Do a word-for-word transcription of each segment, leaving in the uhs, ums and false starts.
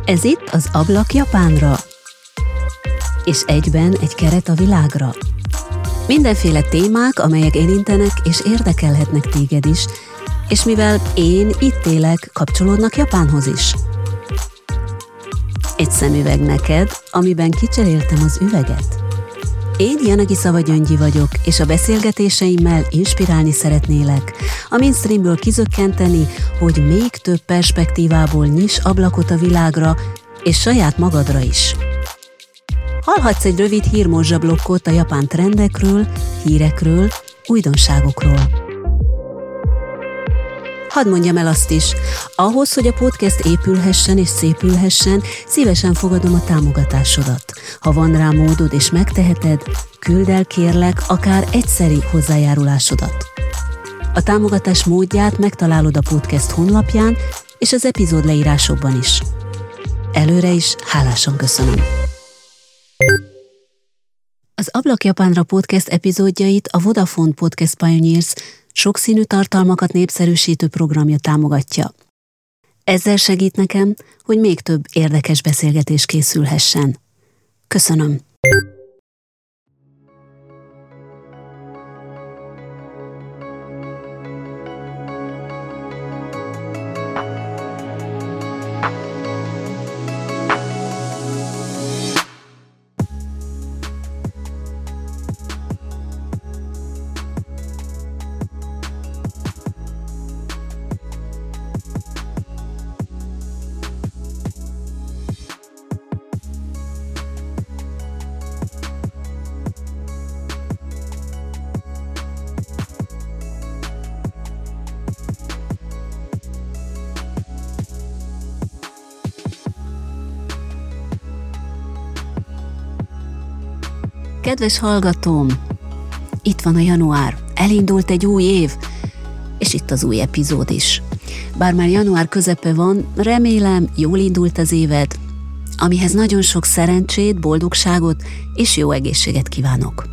Ez itt az Ablak Japánra, és egyben egy keret a világra. Mindenféle témák, amelyek érintenek és érdekelhetnek téged is, és mivel én itt élek, kapcsolódnak Japánhoz is. Egy szemüveg neked, amiben kicseréltem az üveget. Én Yanagisawa Gyöngyi vagyok, és a beszélgetéseimmel inspirálni szeretnélek, a mainstreamből kizökkenteni, hogy még több perspektívából nyiss ablakot a világra, és saját magadra is. Hallhatsz egy rövid hírmorzsablokkot a japán trendekről, hírekről, újdonságokról. Hadd mondjam el azt is, ahhoz, hogy a podcast épülhessen és szépülhessen, szívesen fogadom a támogatásodat. Ha van rá módod és megteheted, küldd el kérlek akár egyszeri hozzájárulásodat. A támogatás módját megtalálod a podcast honlapján és az epizód leírásokban is. Előre is hálásan köszönöm. Az Ablak Japánra podcast epizódjait a Vodafone Podcast Pioneers sokszínű tartalmakat népszerűsítő programja támogatja. Ezzel segít nekem, hogy még több érdekes beszélgetés készülhessen. Köszönöm! Kedves hallgatóm, itt van a január, elindult egy új év, és itt az új epizód is. Bár már január közepe van, remélem jól indult az éved, amihez nagyon sok szerencsét, boldogságot és jó egészséget kívánok.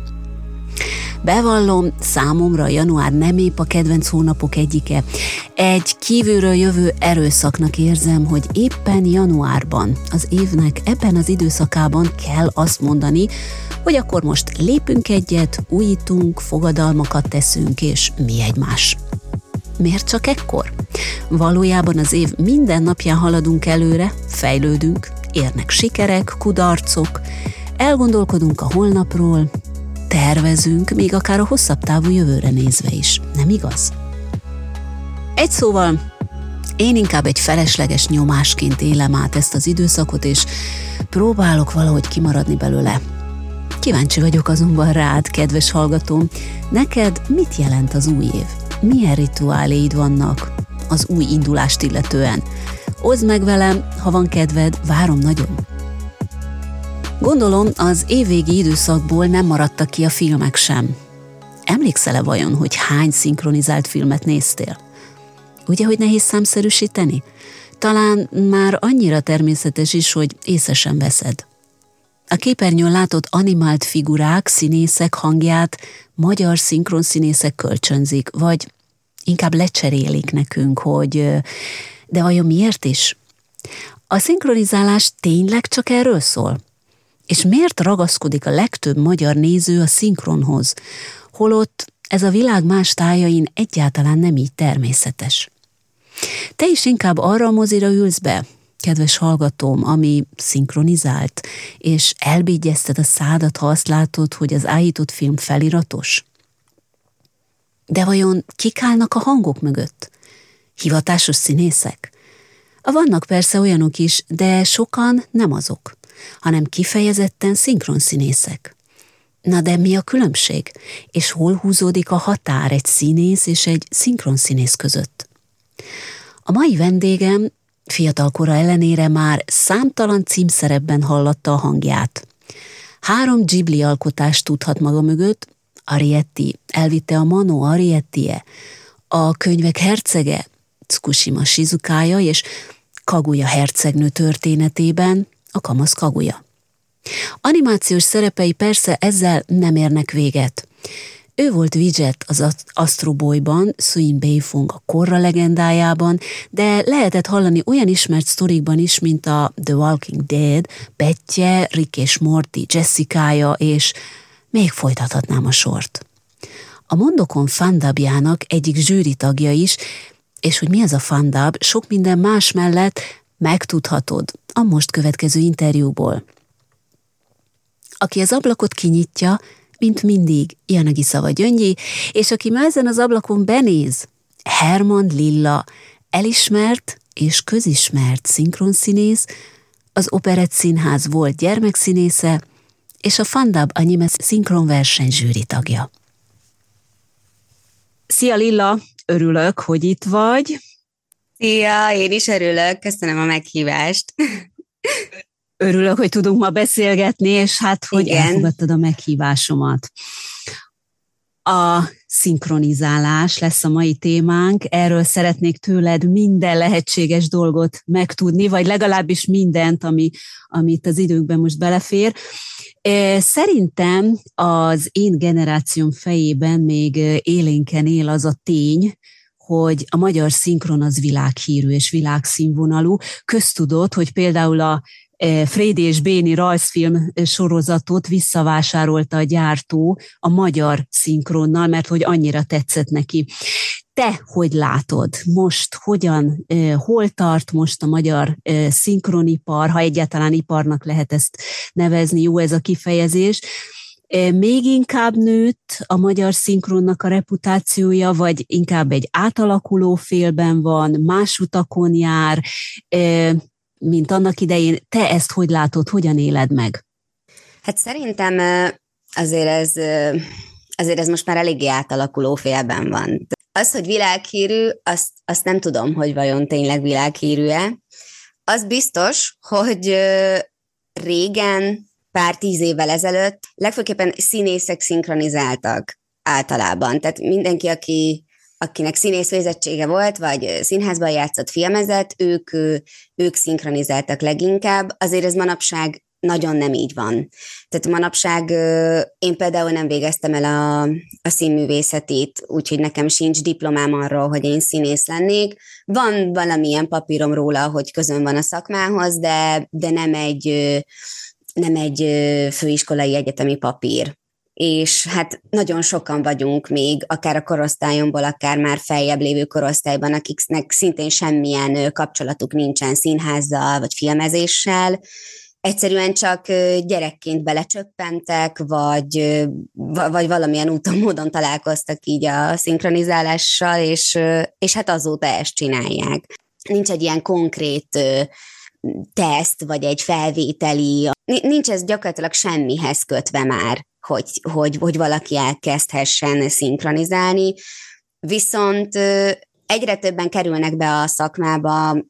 Bevallom, számomra a január nem épp a kedvenc hónapok egyike. Egy kívülről jövő erőszaknak érzem, hogy éppen januárban, az évnek ebben az időszakában kell azt mondani, hogy akkor most lépünk egyet, újítunk, fogadalmakat teszünk, és mi egymás. Miért csak ekkor? Valójában az év minden napján haladunk előre, fejlődünk, érnek sikerek, kudarcok, elgondolkodunk a holnapról, tervezünk, még akár a hosszabb távú jövőre nézve is, nem igaz? Egy szóval, én inkább egy felesleges nyomásként élem át ezt az időszakot, és próbálok valahogy kimaradni belőle. Kíváncsi vagyok azonban rád, kedves hallgatóm, neked mit jelent az új év? Milyen rituáléid vannak az új indulást illetően? Oszd meg velem, ha van kedved, várom nagyon. Gondolom, az évvégi időszakból nem maradtak ki a filmek sem. Emlékszel-e vajon, hogy hány szinkronizált filmet néztél? Ugye, hogy nehéz számszerűsíteni? Talán már annyira természetes is, hogy észre sem veszed. A képernyőn látott animált figurák, színészek hangját magyar szinkronszínészek kölcsönzik, vagy inkább lecserélik nekünk, hogy de vajon miért is? A szinkronizálás tényleg csak erről szól? És miért ragaszkodik a legtöbb magyar néző a szinkronhoz, holott ez a világ más tájain egyáltalán nem így természetes? Te is inkább arra a mozira ülsz be, kedves hallgatóm, ami szinkronizált, és elbégyezted a szádat, ha azt látod, hogy az állított film feliratos? De vajon kik állnak a hangok mögött? Hivatásos színészek? Vannak persze olyanok is, de sokan nem azok, hanem kifejezetten szinkronszínészek. Na de mi a különbség? És hol húzódik a határ egy színész és egy szinkronszínész között? A mai vendégem fiatalkora ellenére már számtalan címszerepben hallatta a hangját. Három Ghibli alkotást tudhat maga mögött, Arrietty, elvitte a Mano Arrietty-e, a könyvek hercege, Tsukushima Shizukája és Kaguya hercegnő történetében a Kamasz Kaguya. Animációs szerepei persze ezzel nem érnek véget. Ő volt Widget az Astro Boyban, Sui Beifong a Korra legendájában, de lehetett hallani olyan ismert sztorikban is, mint a The Walking Dead, Betje, Rick és Morty, Jessica-ja, és még folytathatnám a sort. A Mondokon fandubjának egyik zsűri tagja is, és hogy mi az a fandub, sok minden más mellett megtudhatod a most következő interjúból. Aki az ablakot kinyitja, mint mindig, Janagi Szava Gyöngyi, és aki már ezen az ablakon benéz, Herman Lilla, elismert és közismert szinkronszínész, az Operett Színház volt gyermekszínésze, és a Fandub Anime szinkronverseny zsűri tagja. Szia Lilla, örülök, hogy itt vagy. Szia, én is örülök, köszönöm a meghívást. Örülök, hogy tudunk ma beszélgetni, és hát, hogy Igen. elfogadtad a meghívásomat. A szinkronizálás lesz a mai témánk, erről szeretnék tőled minden lehetséges dolgot megtudni, vagy legalábbis mindent, ami, amit az időkben most belefér. Szerintem az én generációm fejében még élénken él az a tény, hogy a magyar szinkron az világhírű és világszínvonalú. Köztudott, hogy például a Frédi és Béni rajzfilm sorozatot visszavásárolta a gyártó a magyar szinkronnal, mert hogy annyira tetszett neki. Te hogy látod most, hogyan, hol tart most a magyar szinkronipar, ha egyáltalán iparnak lehet ezt nevezni, jó ez a kifejezés, még inkább nőtt a magyar szinkronnak a reputációja, vagy inkább egy átalakuló félben van, más utakon jár, mint annak idején. Te ezt hogy látod, hogyan éled meg? Hát szerintem azért ez, azért ez most már eléggé átalakuló félben van. Az, hogy világhírű, azt, azt nem tudom, hogy vajon tényleg világhírű-e. Az biztos, hogy régen, pár tíz évvel ezelőtt legfőképpen színészek szinkronizáltak általában. Tehát mindenki, aki, akinek színész végzettsége volt, vagy színházban játszott, filmezett, ők, ők szinkronizáltak leginkább. Azért ez manapság nagyon nem így van. Tehát manapság én például nem végeztem el a, a színművészetét, úgyhogy nekem sincs diplomám arról, hogy én színész lennék. Van valamilyen papírom róla, hogy közön van a szakmához, de, de nem egy... nem egy főiskolai egyetemi papír. És hát nagyon sokan vagyunk még, akár a korosztályomból, akár már feljebb lévő korosztályban, akiknek szintén semmilyen kapcsolatuk nincsen színházzal vagy filmezéssel. Egyszerűen csak gyerekként belecsöppentek, vagy, vagy valamilyen úton, módon találkoztak így a szinkronizálással, és, és hát azóta ezt csinálják. Nincs egy ilyen konkrét teszt, vagy egy felvételi, nincs ez gyakorlatilag semmihez kötve már, hogy, hogy, hogy valaki elkezdhessen szinkronizálni, viszont egyre többen kerülnek be a szakmába,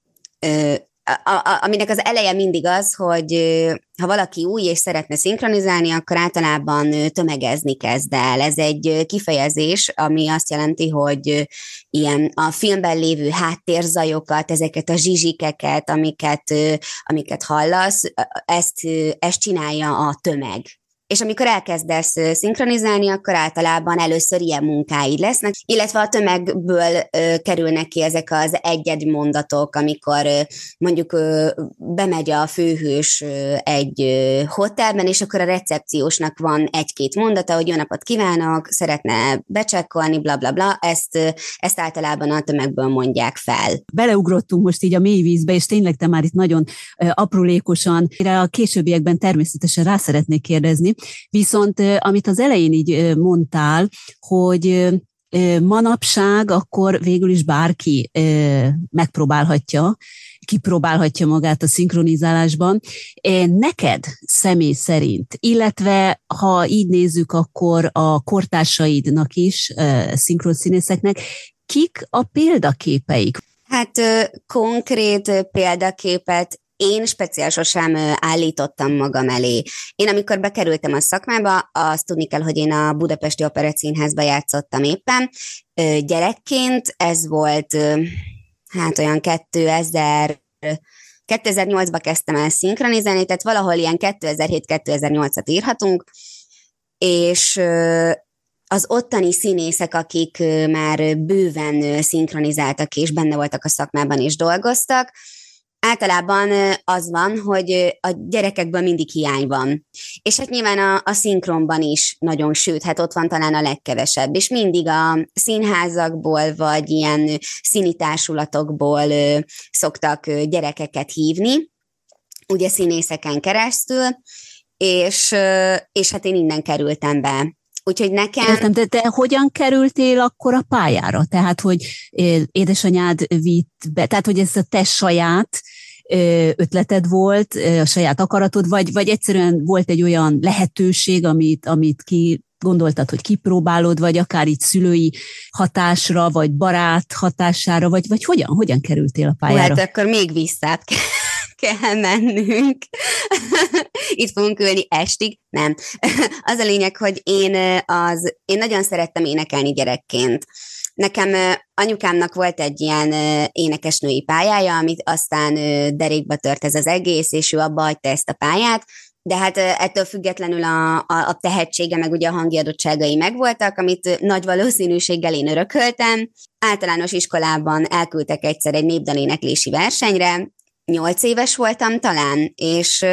aminek az eleje mindig az, hogy ha valaki új és szeretne szinkronizálni, akkor általában tömegezni kezd el. Ez egy kifejezés, ami azt jelenti, hogy ilyen a filmben lévő háttérzajokat, ezeket a zsizsikeket, amiket, amiket hallasz, ezt, ezt csinálja a tömeg. És amikor elkezdesz szinkronizálni, akkor általában először ilyen munkáid lesznek, illetve a tömegből ö, kerülnek ki ezek az egyedi mondatok, amikor ö, mondjuk ö, bemegy a főhős ö, egy ö, hotelben, és akkor a recepciósnak van egy-két mondata, hogy jó napot kívánok, szeretne becsekkolni, bla bla bla, ezt, ö, ezt általában a tömegből mondják fel. Beleugrottunk most így a mélyvízbe, és tényleg te már itt nagyon ö, aprólékosan, a későbbiekben természetesen rá szeretnék kérdezni. Viszont amit az elején így mondtál, hogy manapság akkor végül is bárki megpróbálhatja, kipróbálhatja magát a szinkronizálásban. Neked személy szerint, illetve ha így nézzük, akkor a kortársaidnak is, szinkronszínészeknek, kik a példaképeik? Hát konkrét példaképet én speciál sosem állítottam magam elé. Én amikor bekerültem a szakmába, azt tudni kell, hogy én a Budapesti Operett Színházba játszottam éppen. Gyerekként ez volt, hát olyan kétezer, kétezer-nyolcban kezdtem el szinkronizálni, tehát valahol ilyen kétezer-hét-kétezer-nyolcat írhatunk, és az ottani színészek, akik már bőven szinkronizáltak és benne voltak a szakmában és dolgoztak, általában az van, hogy a gyerekekből mindig hiány van. És hát nyilván a, a szinkronban is nagyon, sőt, hát ott van talán a legkevesebb. És mindig a színházakból, vagy ilyen színitársulatokból szoktak gyerekeket hívni, ugye színészeken keresztül, és, és hát én innen kerültem be. Úgyhogy nekem... Értem, de te hogyan kerültél akkor a pályára? Tehát, hogy édesanyád vitt be, tehát, hogy ez a te saját ötleted volt, a saját akaratod, vagy, vagy egyszerűen volt egy olyan lehetőség, amit, amit ki gondoltad, hogy kipróbálod, vagy akár így szülői hatásra, vagy barát hatására, vagy, vagy hogyan, hogyan kerültél a pályára? Hát akkor még visszább kell mennünk. Itt fogunk ülni estig. Nem. Az a lényeg, hogy én, az, én nagyon szerettem énekelni gyerekként. Nekem anyukámnak volt egy ilyen énekesnői pályája, amit aztán derékba tört ez az egész, és ő abba hagyta ezt a pályát, de hát ettől függetlenül a, a, a tehetsége, meg ugye a hangjadottságai megvoltak, amit nagy valószínűséggel én örököltem. Általános iskolában elküldtek egyszer egy népdaléneklési versenyre, nyolc éves voltam talán, és,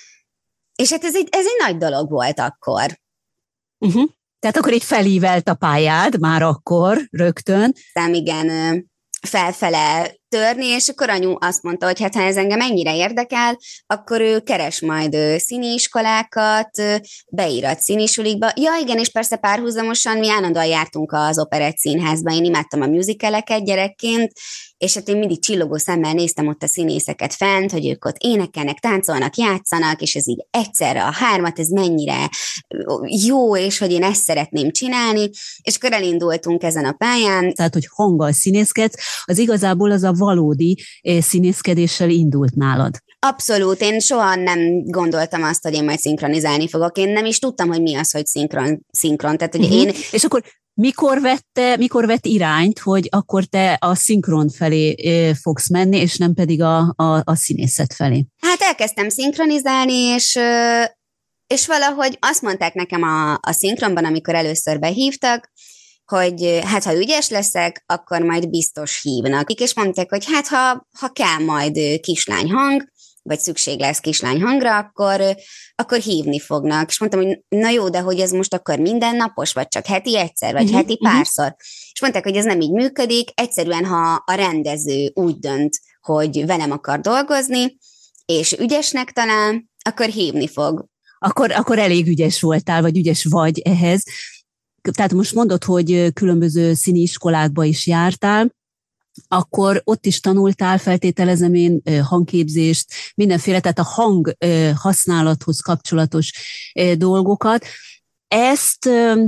és hát ez egy, ez egy nagy dolog volt akkor. Uh-huh. Tehát akkor így felívelt a pályád már akkor, rögtön. Nem, igen, felfele törni, és akkor anyu azt mondta, hogy hát ha ez engem ennyire érdekel, akkor ő keres majd színiiskolákat, beírat színisulikba. Ja, igen, és persze párhuzamosan mi állandóan jártunk az Operett Színházba, én imádtam a musicaleket gyerekként, és hát én mindig csillogó szemmel néztem ott a színészeket fent, hogy ők ott énekelnek, táncolnak, játszanak, és ez így egyszerre a hármat, ez mennyire jó, és hogy én ezt szeretném csinálni, és akkor elindultunk ezen a pályán. Tehát, hogy hanggal színészkedsz, az igazából az a valódi színészkedéssel indult nálad. Abszolút, én soha nem gondoltam azt, hogy én majd szinkronizálni fogok, én nem is tudtam, hogy mi az, hogy szinkron, szinkron. Tehát, hogy uh-huh. én... És akkor Mikor vette, mikor vett irányt, hogy akkor te a szinkron felé fogsz menni, és nem pedig a, a, a színészet felé? Hát elkezdtem szinkronizálni, és, és valahogy azt mondták nekem a, a szinkronban, amikor először behívtak, hogy hát ha ügyes leszek, akkor majd biztos hívnak. És mondták, hogy hát ha, ha kell majd kislány hang, vagy szükség lesz kislány hangra, akkor, akkor hívni fognak. És mondtam, hogy na jó, de hogy ez most akkor mindennapos, vagy csak heti egyszer, vagy uh-huh, heti párszor. Uh-huh. És mondták, hogy ez nem így működik, egyszerűen, ha a rendező úgy dönt, hogy velem akar dolgozni, és ügyesnek talán, akkor hívni fog. Akkor, akkor elég ügyes voltál, vagy ügyes vagy ehhez. Tehát most mondod, hogy különböző színiiskolákba is jártál, akkor ott is tanultál, feltételezem én, hangképzést, mindenféle, tehát a hang használathoz kapcsolatos dolgokat. Ezt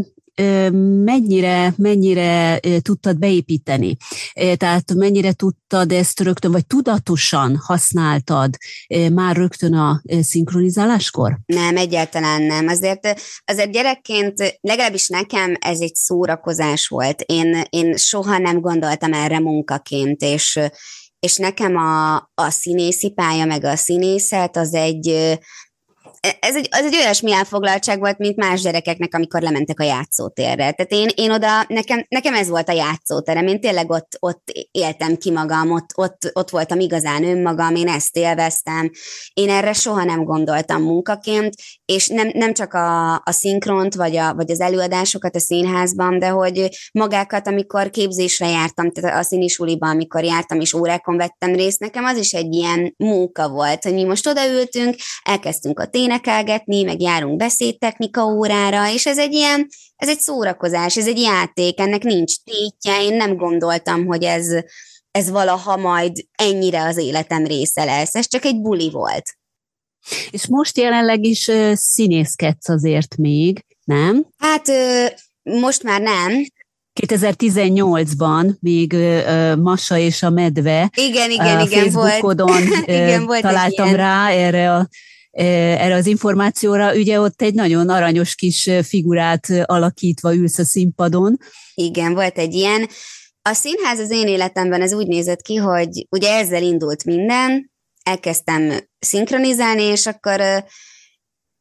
mennyire, mennyire tudtad beépíteni? Tehát mennyire tudtad ezt rögtön, vagy tudatosan használtad már rögtön a szinkronizáláskor? Nem, egyáltalán nem. Azért, azért gyerekként, legalábbis nekem ez egy szórakozás volt. Én, én soha nem gondoltam erre munkaként, és, és nekem a, a színészi pálya, meg a színészet az egy... Ez egy, az egy olyasmi elfoglaltság volt, mint más gyerekeknek, amikor lementek a játszótérre. Tehát én, én oda, nekem, nekem ez volt a játszóterem, én tényleg ott, ott éltem ki magam, ott, ott, ott voltam igazán önmagam, én ezt élveztem. Én erre soha nem gondoltam munkaként, és nem, nem csak a, a szinkront, vagy, a, vagy az előadásokat a színházban, de hogy magákat, amikor képzésre jártam, tehát a színisuliban, amikor jártam, és órákon vettem részt, nekem az is egy ilyen munka volt, hogy mi most odaültünk, elkezdtünk a tének, énekelgetni, meg járunk beszédtechnika órára, és ez egy ilyen, ez egy szórakozás, ez egy játék, ennek nincs tétje, én nem gondoltam, hogy ez, ez valaha majd ennyire az életem része lesz, ez csak egy buli volt. És most jelenleg is uh, színészkedsz azért még, nem? Hát uh, most már nem. kétezer-tizennyolcban még uh, Masa és a medve igen, igen, uh, igen, Facebookodon volt. igen, uh, volt találtam rá erre a erre az információra, ugye ott egy nagyon aranyos kis figurát alakítva ülsz a színpadon. Igen, volt egy ilyen. A színház az én életemben ez úgy nézett ki, hogy ugye ezzel indult minden, elkezdtem szinkronizálni, és akkor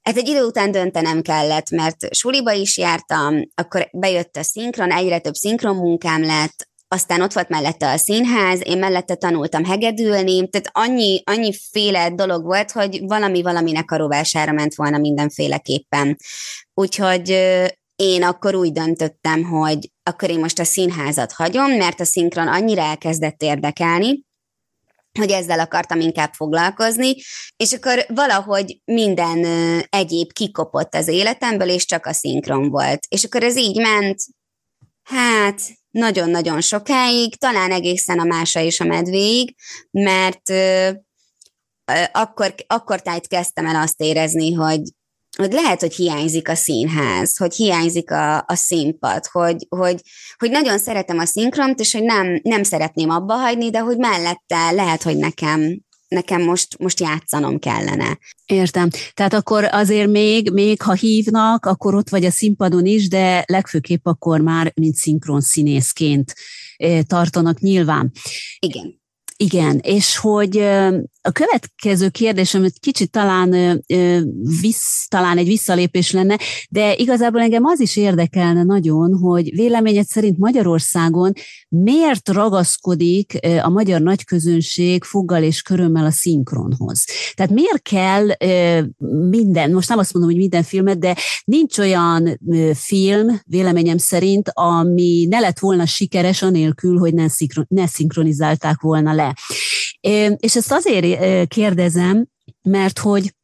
Hát egy idő után döntenem kellett, mert suliba is jártam, akkor bejött a szinkron, egyre több szinkron munkám lett, aztán ott volt mellette a színház, én mellette tanultam hegedülni, tehát annyi, annyiféle dolog volt, hogy valami valaminek a rovására ment volna mindenféleképpen. Úgyhogy én akkor úgy döntöttem, hogy akkor én most a színházat hagyom, mert a szinkron annyira elkezdett érdekelni, hogy ezzel akartam inkább foglalkozni, és akkor valahogy minden egyéb kikopott az életemből, és csak a szinkron volt. És akkor ez így ment, hát nagyon-nagyon sokáig, talán egészen a Mása és a medvéig, mert ö, akkor, akkor tájt kezdtem el azt érezni, hogy, hogy lehet, hogy hiányzik a színház, hogy hiányzik a, a színpad, hogy, hogy, hogy nagyon szeretem a szinkront, és hogy nem, nem szeretném abba hagyni, de hogy mellette lehet, hogy nekem nekem most, most játszanom kellene. Értem. Tehát akkor azért még, még ha hívnak, akkor ott vagy a színpadon is, de legfőképp akkor már, mint szinkron színészként tartanak nyilván. Igen. Igen, és hogy a következő kérdés, amit kicsit talán, visz, talán egy visszalépés lenne, de igazából engem az is érdekelne nagyon, hogy véleményed szerint Magyarországon miért ragaszkodik a magyar nagyközönség foggal és körömmel a szinkronhoz? Tehát miért kell minden, most nem azt mondom, hogy minden filmet, de nincs olyan film, véleményem szerint, ami ne lett volna sikeres anélkül, hogy ne, szinkron, ne szinkronizálták volna le. És ezt azért kérdezem, mert hogy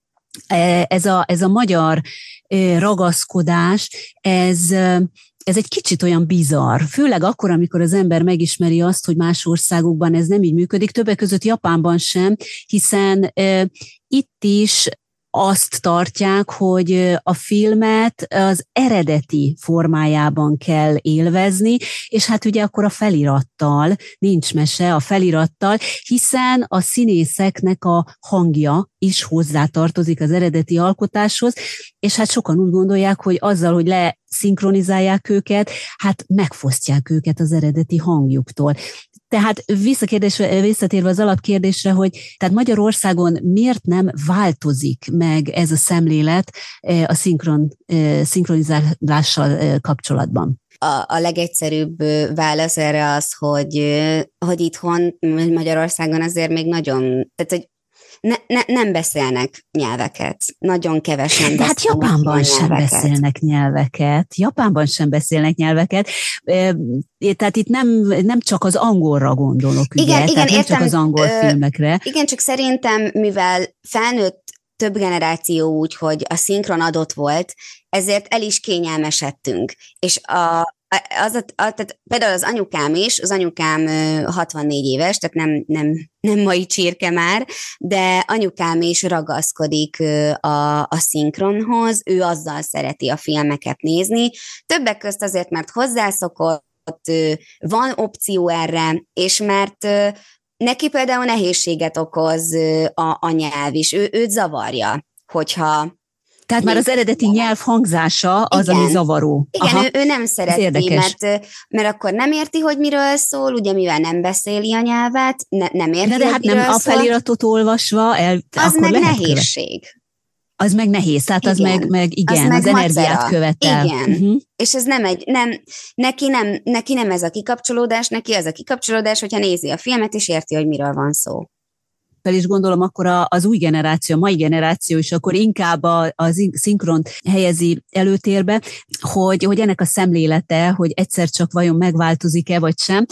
ez a, ez a magyar ragaszkodás, ez, ez egy kicsit olyan bizarr, főleg akkor, amikor az ember megismeri azt, hogy más országokban ez nem így működik, többek között Japánban sem, hiszen itt is azt tartják, hogy a filmet az eredeti formájában kell élvezni, és hát ugye akkor a felirattal, nincs mese a felirattal, hiszen a színészeknek a hangja is hozzátartozik az eredeti alkotáshoz, és hát sokan úgy gondolják, hogy azzal, hogy leszinkronizálják őket, hát megfosztják őket az eredeti hangjuktól. Tehát visszatérve az alapkérdésre, hogy tehát Magyarországon miért nem változik meg ez a szemlélet a szinkron, szinkronizálással kapcsolatban? A, a legegyszerűbb válasz erre az, hogy, hogy itthon Magyarországon azért még nagyon, tehát hogy Ne, ne, nem beszélnek nyelveket. Nagyon kevesen beszélnek. De hát Japánban sem nyelveket. beszélnek nyelveket. Japánban sem beszélnek nyelveket. Tehát itt nem, nem csak az angolra gondolok, ugye? Igen, igen, Tehát nem értem, csak az angol ö, filmekre. Igen, csak szerintem, mivel felnőtt több generáció úgy, hogy a szinkron adott volt, ezért el is kényelmesedtünk. És a Az, a, a, tehát például az anyukám is, az anyukám hatvannégy éves, tehát nem, nem, nem mai csirke már, de anyukám is ragaszkodik a, a szinkronhoz, ő azzal szereti a filmeket nézni, többek közt azért, mert hozzászokott, van opció erre, és mert neki például nehézséget okoz a, a nyelv is, ő, őt zavarja, hogyha Tehát már az eredeti nyelv hangzása az, igen, ami zavaró. Igen, ő, ő nem szereti, mert, mert akkor nem érti, hogy miről szól, ugye mivel nem beszéli a nyelvet, ne, nem érti, de, de hát miről nem szól. A feliratot olvasva, el, az akkor meg lehet nehézség. Követ. Az meg nehéz, tehát igen, az meg, meg igen, az, meg az energiát követel. Igen, uh-huh. És ez nem egy, nem, neki nem, neki nem ez a kikapcsolódás, neki az a kikapcsolódás, hogyha nézi a filmet, és érti, hogy miről van szó. Fel is gondolom, akkor az új generáció, a mai generáció is akkor inkább a, a szinkront helyezi előtérbe, hogy, hogy ennek a szemlélete, hogy egyszer csak vajon megváltozik-e vagy sem.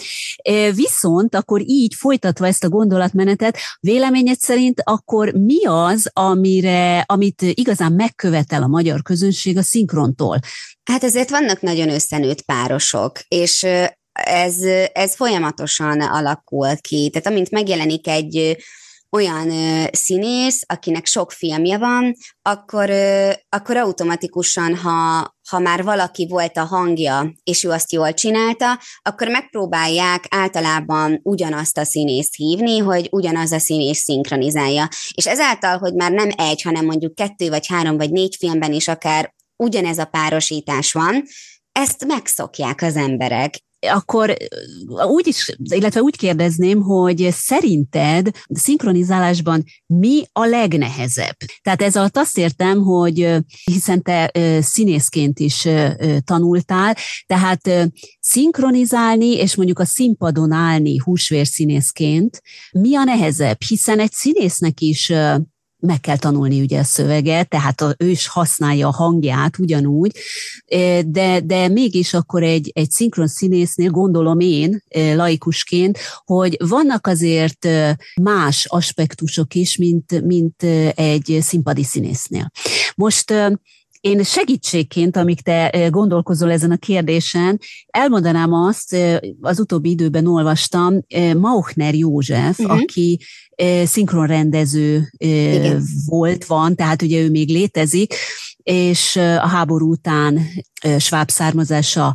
Viszont akkor így folytatva ezt a gondolatmenetet, véleményed szerint akkor mi az, amire, amit igazán megkövetel a magyar közönség a szinkrontól? Hát ezért vannak nagyon összenőtt párosok, és ez, ez folyamatosan alakul ki. Tehát amint megjelenik egy olyan ö, színész, akinek sok filmje van, akkor, ö, akkor automatikusan, ha, ha már valaki volt a hangja, és ő azt jól csinálta, akkor megpróbálják általában ugyanazt a színészt hívni, hogy ugyanaz a színész szinkronizálja. És ezáltal, hogy már nem egy, hanem mondjuk kettő, vagy három, vagy négy filmben is akár ugyanez a párosítás van, ezt megszokják az emberek. akkor úgy is, illetve úgy kérdezném, hogy szerinted szinkronizálásban mi a legnehezebb? Tehát ez alatt azt értem, hogy hiszen te színészként is tanultál, tehát szinkronizálni és mondjuk a színpadon állni húsvérszínészként mi a nehezebb? Hiszen egy színésznek is meg kell tanulni ugye a szöveget, tehát ő is használja a hangját ugyanúgy, de, de mégis akkor egy, egy szinkron színésznél gondolom én, laikusként, hogy vannak azért más aspektusok is, mint, mint egy színpadi színésznél. Most én segítségként, amíg te gondolkozol ezen a kérdésen, elmondanám azt, az utóbbi időben olvastam, Mauchner József, uh-huh. aki szinkronrendező Igen. volt, van, tehát ugye ő még létezik, és a háború után sváb származása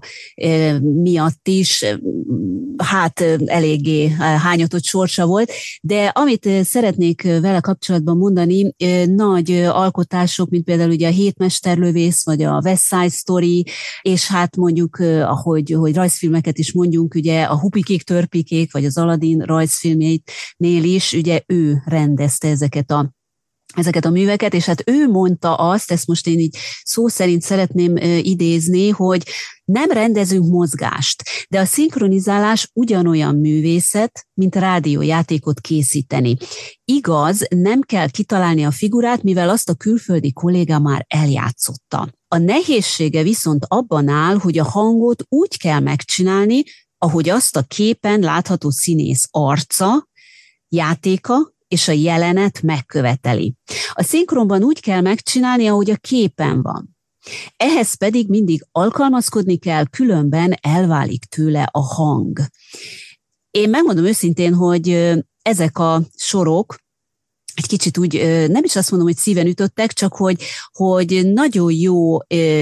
miatt is hát eléggé hányatott sorsa volt, de amit szeretnék vele kapcsolatban mondani, nagy alkotások, mint például ugye a Hétmesterlövész, vagy a West Side Story, és hát mondjuk, ahogy hogy rajzfilmeket is mondjunk, ugye a Hupikék, Törpikék, vagy az Aladdin rajzfilmjénél is, ugye ő rendezte ezeket a ezeket a műveket, és hát ő mondta azt, ezt most én így szó szerint szeretném idézni, hogy nem rendezünk mozgást, de a szinkronizálás ugyanolyan művészet, mint rádiójátékot készíteni. Igaz, nem kell kitalálni a figurát, mivel azt a külföldi kolléga már eljátszotta. A nehézsége viszont abban áll, hogy a hangot úgy kell megcsinálni, ahogy azt a képen látható színész arca, játéka, és a jelenet megköveteli. A szinkronban úgy kell megcsinálni, ahogy a képen van. Ehhez pedig mindig alkalmazkodni kell, különben elválik tőle a hang. Én megmondom őszintén, hogy ezek a sorok egy kicsit úgy, nem is azt mondom, hogy szíven ütöttek, csak hogy, hogy nagyon jó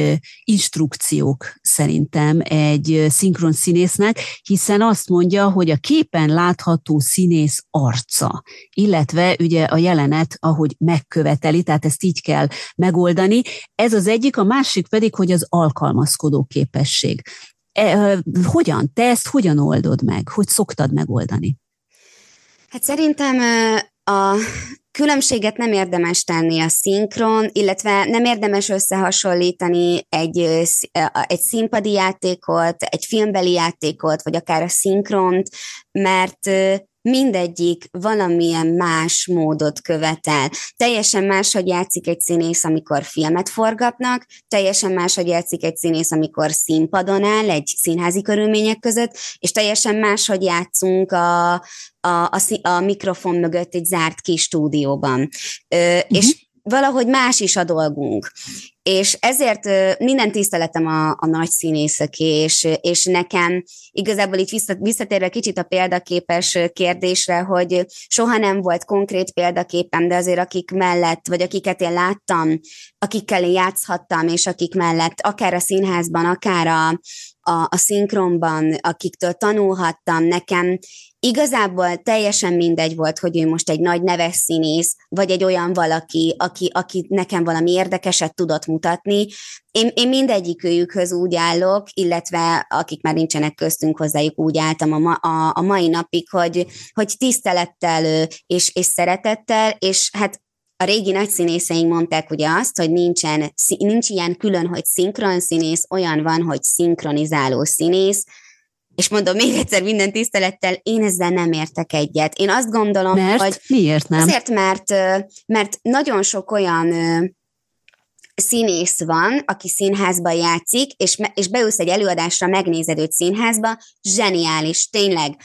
instrukciók szerintem egy szinkron színésznek, hiszen azt mondja, hogy a képen látható színész arca, illetve ugye a jelenet, ahogy megköveteli, tehát ezt így kell megoldani. Ez az egyik, a másik pedig, hogy az alkalmazkodó képesség. E, hogyan? Te ezt hogyan oldod meg? Hogy szoktad megoldani? Hát szerintem a különbséget nem érdemes tenni a szinkron, illetve nem érdemes összehasonlítani egy, egy színpadi játékot, egy filmbeli játékot, vagy akár a szinkront, mert mindegyik valamilyen más módot követel. Teljesen máshogy játszik egy színész, amikor filmet forgatnak, teljesen máshogy játszik egy színész, amikor színpadon áll, egy színházi körülmények között, és teljesen máshogy játszunk a, a, a, a mikrofon mögött egy zárt kis stúdióban. Ö, uh-huh. És valahogy más is a dolgunk. És ezért minden tiszteletem a, a nagy színészeké, és, és nekem igazából így visszatérve kicsit a példaképes kérdésre, hogy soha nem volt konkrét példaképem, de azért akik mellett, vagy akiket én láttam, akikkel én játszhattam, és akik mellett akár a színházban, akár a, a, a szinkronban, akiktől tanulhattam, nekem igazából teljesen mindegy volt, hogy ő most egy nagy neves színész, vagy egy olyan valaki, aki, aki nekem valami érdekeset tudott mutatni. Én, én mindegyikőjükhöz úgy állok, illetve akik már nincsenek köztünk, hozzájuk úgy álltam a, ma, a, a mai napig, hogy, hogy tisztelettel és, és szeretettel, és hát a régi nagyszínészeink mondták ugye azt, hogy nincsen, nincs ilyen külön, hogy szinkron színész, olyan van, hogy szinkronizáló színész. És mondom még egyszer minden tisztelettel, én ezzel nem értek egyet. Én azt gondolom, mert? hogy... Miért nem? Azért, mert, mert nagyon sok olyan színész van, aki színházban játszik, és, és beülsz egy előadásra, megnézed őt színházba, zseniális, tényleg.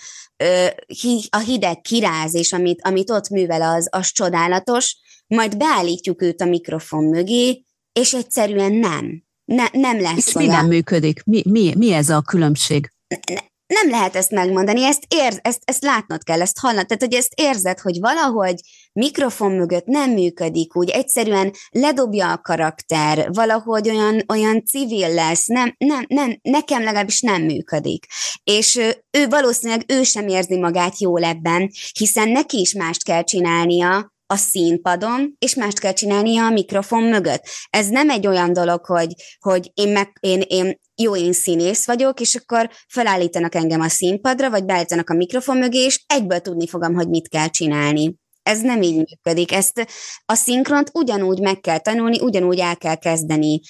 A hideg kirázés, amit, amit ott művel, az, az csodálatos, majd beállítjuk őt a mikrofon mögé, és egyszerűen nem. Ne, nem lesz és olyan. Mi nem működik? Mi, mi, mi ez a különbség? Ne, nem lehet ezt megmondani, ezt, érz, ezt, ezt látnod kell, ezt hallnod, tehát hogy ezt érzed, hogy valahogy mikrofon mögött nem működik úgy, egyszerűen ledobja a karakter, valahogy olyan, olyan civil lesz, nem, nem, nem, nekem legalábbis nem működik. És ő valószínűleg ő sem érzi magát jól ebben, hiszen neki is mást kell csinálnia, a színpadon, és mást kell csinálnia a mikrofon mögött. Ez nem egy olyan dolog, hogy, hogy én, meg, én, én jó, én színész vagyok, és akkor felállítanak engem a színpadra, vagy beállítanak a mikrofon mögé, és egyből tudni fogom, hogy mit kell csinálni. Ez nem így működik. Ezt a szinkront ugyanúgy meg kell tanulni, ugyanúgy el kell kezdeni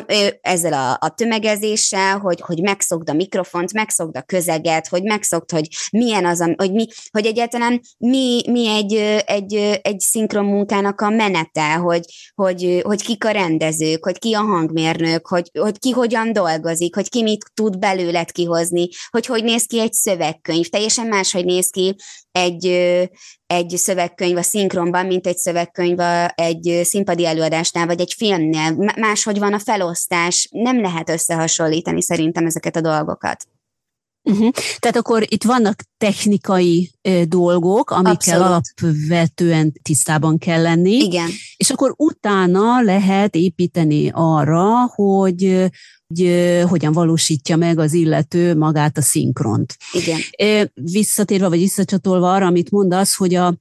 ezzel a, a tömegezéssel, hogy, hogy megszokd a mikrofont, megszokd a közeget, hogy megszokd, hogy milyen az, a, hogy, mi, hogy egyáltalán mi, mi egy, egy, egy szinkron munkának a menete, hogy, hogy, hogy kik a rendezők, hogy ki a hangmérnök, hogy, hogy ki hogyan dolgozik, hogy ki mit tud belőled kihozni, hogy hogy néz ki egy szövegkönyv. Teljesen máshogy néz ki egy, egy szövegkönyv a szinkronban, mint egy szövegkönyv egy színpadi előadásnál, vagy egy filmnél. Máshogy van a felosztás. Nem lehet összehasonlítani szerintem ezeket a dolgokat. Uh-huh. Tehát akkor itt vannak technikai ö, dolgok, amikkel Abszolút. alapvetően tisztában kell lenni. Igen. És akkor utána lehet építeni arra, hogy hogy hogyan valósítja meg az illető magát a szinkront. Igen. Visszatérve, vagy visszacsatolva arra, amit mondasz, hogy a,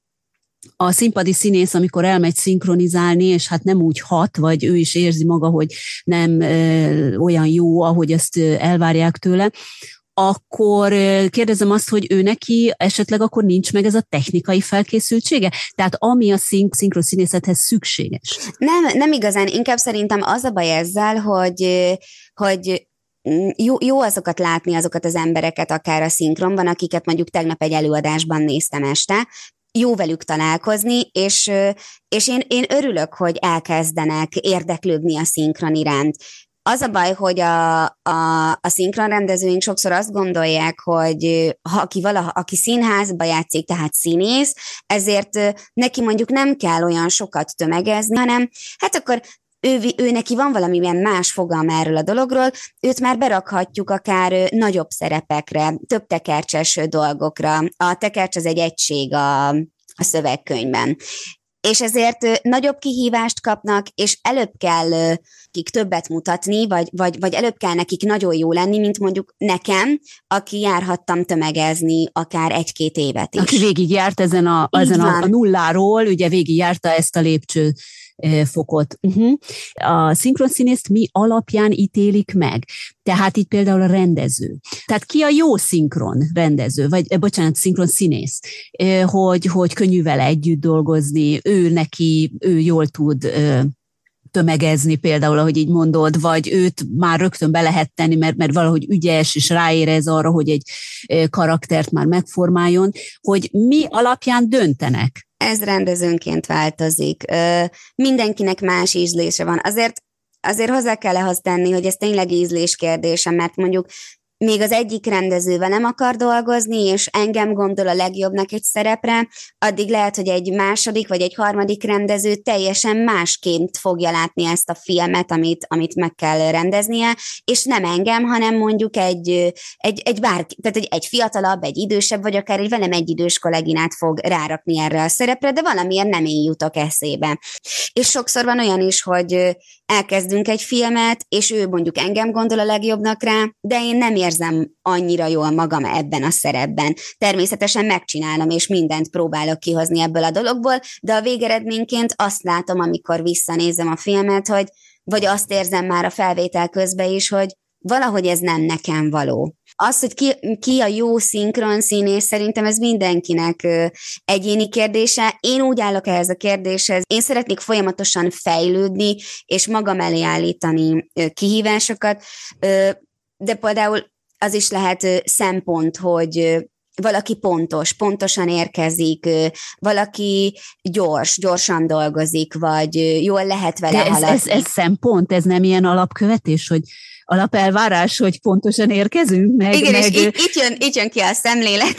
a színpadi színész, amikor elmegy szinkronizálni, és hát nem úgy hat, vagy ő is érzi maga, hogy nem ö, olyan jó, ahogy ezt elvárják tőle, akkor kérdezem azt, hogy ő neki esetleg akkor nincs meg ez a technikai felkészültsége? Tehát ami a szink- szinkronszínészethez szükséges? Nem, nem igazán. Inkább szerintem az a baj ezzel, hogy, hogy jó, jó azokat látni, azokat az embereket akár a szinkronban, akiket mondjuk tegnap egy előadásban néztem este, jó velük találkozni, és, és én, én örülök, hogy elkezdenek érdeklődni a szinkron iránt. Az a baj, hogy a, a, a szinkronrendezőink sokszor azt gondolják, hogy ha aki, valaha, aki színházba játszik, tehát színész, ezért neki mondjuk nem kell olyan sokat tömegezni, hanem hát akkor ő, ő neki van valamilyen más fogalma erről a dologról, őt már berakhatjuk akár nagyobb szerepekre, több tekercses dolgokra. A tekercs az egy egység a, a szövegkönyvben. És ezért nagyobb kihívást kapnak, és előbb kell nekik többet mutatni, vagy, vagy, vagy előbb kell nekik nagyon jó lenni, mint mondjuk nekem, aki járhattam tömegezni akár egy-két évet is. Aki végigjárt ezen a, ezen a, a nulláról, ugye végigjárta ezt a lépcső fokot. Uh-huh. A szinkronszínészt mi alapján ítélik meg? Tehát itt például a rendező. Tehát ki a jó szinkron rendező, vagy bocsánat, szinkron színész, hogy, hogy könnyű vele együtt dolgozni, ő neki, ő jól tud tömegezni például, ahogy így mondod, vagy őt már rögtön be lehet tenni, mert, mert valahogy ügyes, és ráérez arra, hogy egy karaktert már megformáljon, hogy mi alapján döntenek? Ez rendezőnként változik. Mindenkinek más ízlése van. Azért, azért hozzá kell ehhez tenni, hogy ez tényleg ízlés kérdése, mert mondjuk még az egyik rendezővel nem akar dolgozni, és engem gondol a legjobbnak egy szerepre, addig lehet, hogy egy második vagy egy harmadik rendező teljesen másként fogja látni ezt a filmet, amit, amit meg kell rendeznie, és nem engem, hanem mondjuk egy, egy, egy bárki, tehát egy, egy fiatalabb, egy idősebb, vagy akár egy velem egyidős kolléginát fog rárakni erre a szerepre, de valamiért nem én jutok eszébe. És sokszor van olyan is, hogy elkezdünk egy filmet, és ő mondjuk engem gondol a legjobbnak rá, de én nem érzem annyira jól magam ebben a szerepben. Természetesen megcsinálom, és mindent próbálok kihozni ebből a dologból, de a végeredményként azt látom, amikor visszanézem a filmet, hogy vagy azt érzem már a felvétel közben is, hogy valahogy ez nem nekem való. Az, hogy ki, ki a jó szinkron színész, szerintem ez mindenkinek ö, egyéni kérdése. Én úgy állok ehhez a kérdéshez, én szeretnék folyamatosan fejlődni, és magam elé állítani ö, kihívásokat, ö, de például az is lehet ö, szempont, hogy ö, valaki pontos, pontosan érkezik, ö, valaki gyors, gyorsan dolgozik, vagy ö, jól lehet vele de ez, haladni. Ez, ez szempont, ez nem ilyen alapkövetés, hogy alapelvárás, hogy pontosan érkezünk meg. Igen, meg... és itt, itt, jön, itt jön ki a szemlélet,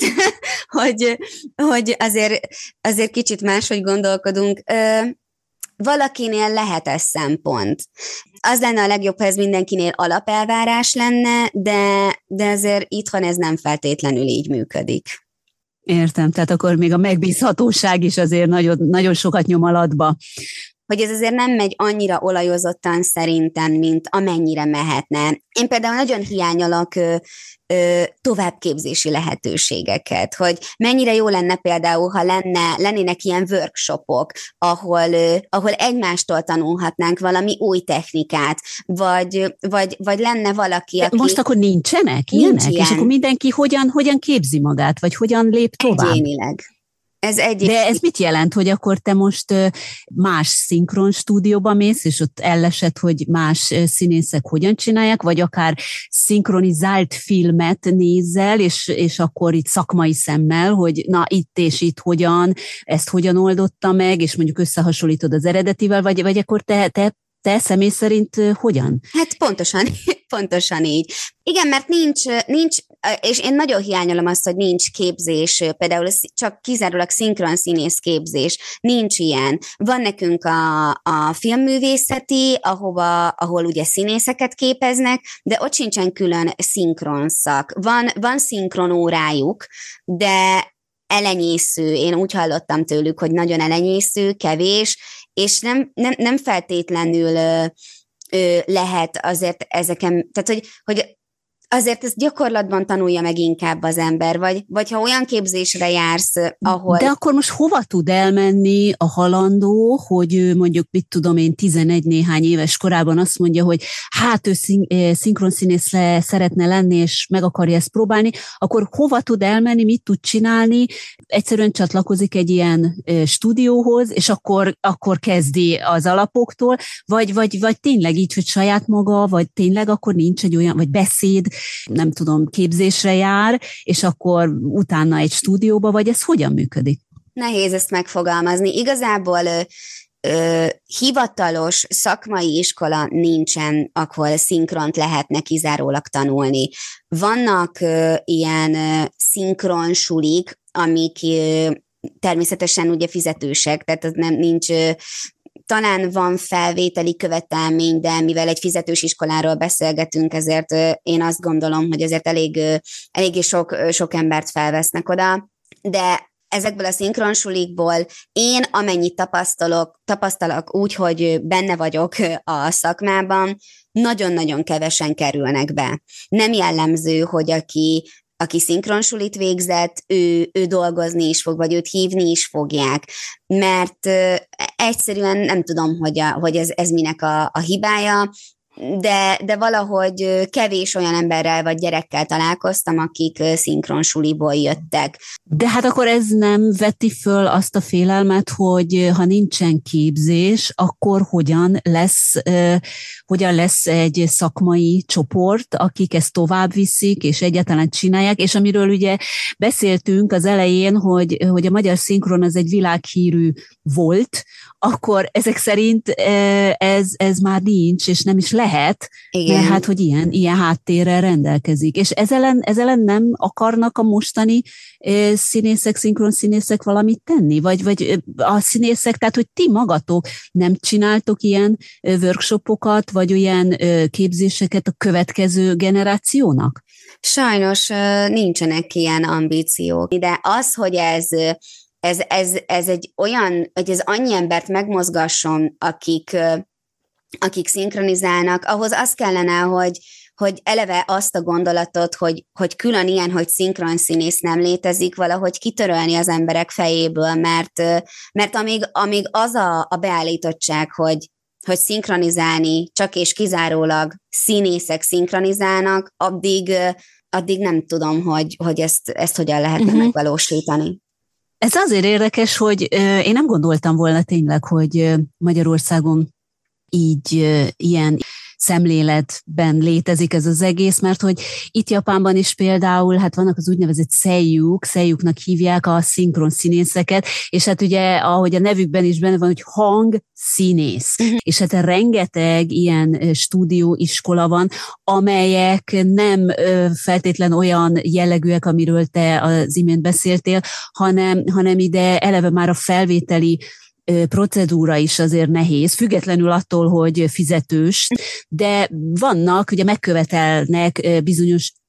hogy, hogy azért, azért kicsit máshogy gondolkodunk. Ö, valakinél lehet ez szempont. Az lenne a legjobb, ha ez mindenkinél alapelvárás lenne, de, de azért itthon ez nem feltétlenül így működik. Értem, tehát akkor még a megbízhatóság is azért nagyon, nagyon sokat nyom alatba. hogy ez azért nem megy annyira olajozottan szerintem, mint amennyire mehetne. Én például nagyon hiányolok ö, ö, továbbképzési lehetőségeket, hogy mennyire jó lenne például, ha lenne, lennének ilyen workshopok, ahol, ö, ahol egymástól tanulhatnánk valami új technikát, vagy, vagy, vagy lenne valaki, aki... Most akkor nincsenek ilyenek? Nincs ilyen. És akkor mindenki hogyan, hogyan képzi magát, vagy hogyan lép tovább? Egyénileg. Ez egyik... De ez mit jelent, hogy akkor te most más szinkron stúdióba mész, és ott ellesed, hogy más színészek hogyan csinálják, vagy akár szinkronizált filmet nézel, és, és akkor itt szakmai szemmel, hogy na itt és itt hogyan, ezt hogyan oldotta meg, és mondjuk összehasonlítod az eredetivel, vagy, vagy akkor te, te Te személy szerint hogyan? Hát pontosan, pontosan így. Igen, mert nincs, nincs, és én nagyon hiányolom azt, hogy nincs képzés, például csak kizárólag szinkron színész képzés, nincs ilyen. Van nekünk a, a filmművészeti, ahova, ahol ugye színészeket képeznek, de ott sincsen külön szinkronszak. Van, van szinkron órájuk, de elenyésző, én úgy hallottam tőlük, hogy nagyon elenyésző, kevés, és nem, nem, nem feltétlenül ö, ö, lehet azért ezeken, tehát hogy, hogy azért ezt gyakorlatban tanulja meg inkább az ember, vagy, vagy ha olyan képzésre jársz, ahol... De akkor most hova tud elmenni a halandó, hogy ő mondjuk, mit tudom én, tizenegy néhány éves korában azt mondja, hogy hát ő szinkronszínész szeretne lenni, és meg akarja ezt próbálni, akkor hova tud elmenni, mit tud csinálni? Egyszerűen csatlakozik egy ilyen stúdióhoz, és akkor, akkor kezdi az alapoktól, vagy, vagy, vagy tényleg így, hogy saját maga, vagy tényleg akkor nincs egy olyan, vagy beszéd, nem tudom, képzésre jár, és akkor utána egy stúdióba, vagy ez hogyan működik? Nehéz ezt megfogalmazni. Igazából ö, ö, hivatalos szakmai iskola nincsen, ahol szinkront lehetne kizárólag tanulni. Vannak ö, ilyen ö, szinkronsulik, amik ö, természetesen ugye fizetősek, tehát az nem nincs... Ö, talán van felvételi követelmény, de mivel egy fizetős iskoláról beszélgetünk, ezért én azt gondolom, hogy azért elég, eléggé sok, sok embert felvesznek oda, de ezekből a szinkronsulikból én amennyit tapasztalok, tapasztalok úgy, hogy benne vagyok a szakmában, nagyon-nagyon kevesen kerülnek be. Nem jellemző, hogy aki aki szinkronsulit végzett, ő, ő dolgozni is fog, vagy őt hívni is fogják, mert uh, egyszerűen nem tudom, hogy, a, hogy ez, ez minek a, a hibája, de, de valahogy kevés olyan emberrel vagy gyerekkel találkoztam, akik szinkronsuliból jöttek. De hát akkor ez nem veti föl azt a félelmet, hogy ha nincsen képzés, akkor hogyan lesz, uh, hogyan lesz egy szakmai csoport, akik ezt tovább viszik, és egyáltalán csinálják, és amiről ugye beszéltünk az elején, hogy, hogy a magyar szinkron az egy világhírű volt, akkor ezek szerint ez, ez már nincs, és nem is lehet, igen. Mert hát, hogy ilyen, ilyen háttérrel rendelkezik. És ez ellen, ez ellen nem akarnak a mostani színészek, szinkronszínészek valamit tenni? Vagy, vagy a színészek, tehát, hogy ti magatok nem csináltok ilyen workshopokat, vagy olyan képzéseket a következő generációnak? Sajnos nincsenek ilyen ambíciók, de az, hogy ez... Ez, ez, ez egy olyan, hogy ez annyi embert megmozgasson, akik, akik szinkronizálnak, ahhoz az kellene, hogy, hogy eleve azt a gondolatot, hogy, hogy külön ilyen, hogy szinkronszínész nem létezik, valahogy kitörölni az emberek fejéből, mert, mert amíg, amíg az a, a beállítottság, hogy, hogy szinkronizálni csak és kizárólag színészek szinkronizálnak, addig, addig nem tudom, hogy, hogy ezt, ezt hogyan lehetne uh-huh. megvalósítani. Ez azért érdekes, hogy én nem gondoltam volna tényleg, hogy Magyarországon így ilyen szemléletben létezik ez az egész, mert hogy itt Japánban is például, hát vannak az úgynevezett seiyuk, seiyuknak hívják a szinkron színészeket, és hát ugye, ahogy a nevükben is benne van, hogy hang színész. Uh-huh. És hát rengeteg ilyen stúdióiskola van, amelyek nem feltétlen olyan jellegűek, amiről te az imént beszéltél, hanem, hanem ide eleve már a felvételi procedúra is azért nehéz, függetlenül attól, hogy fizetős, de vannak, ugye megkövetelnek bizonyos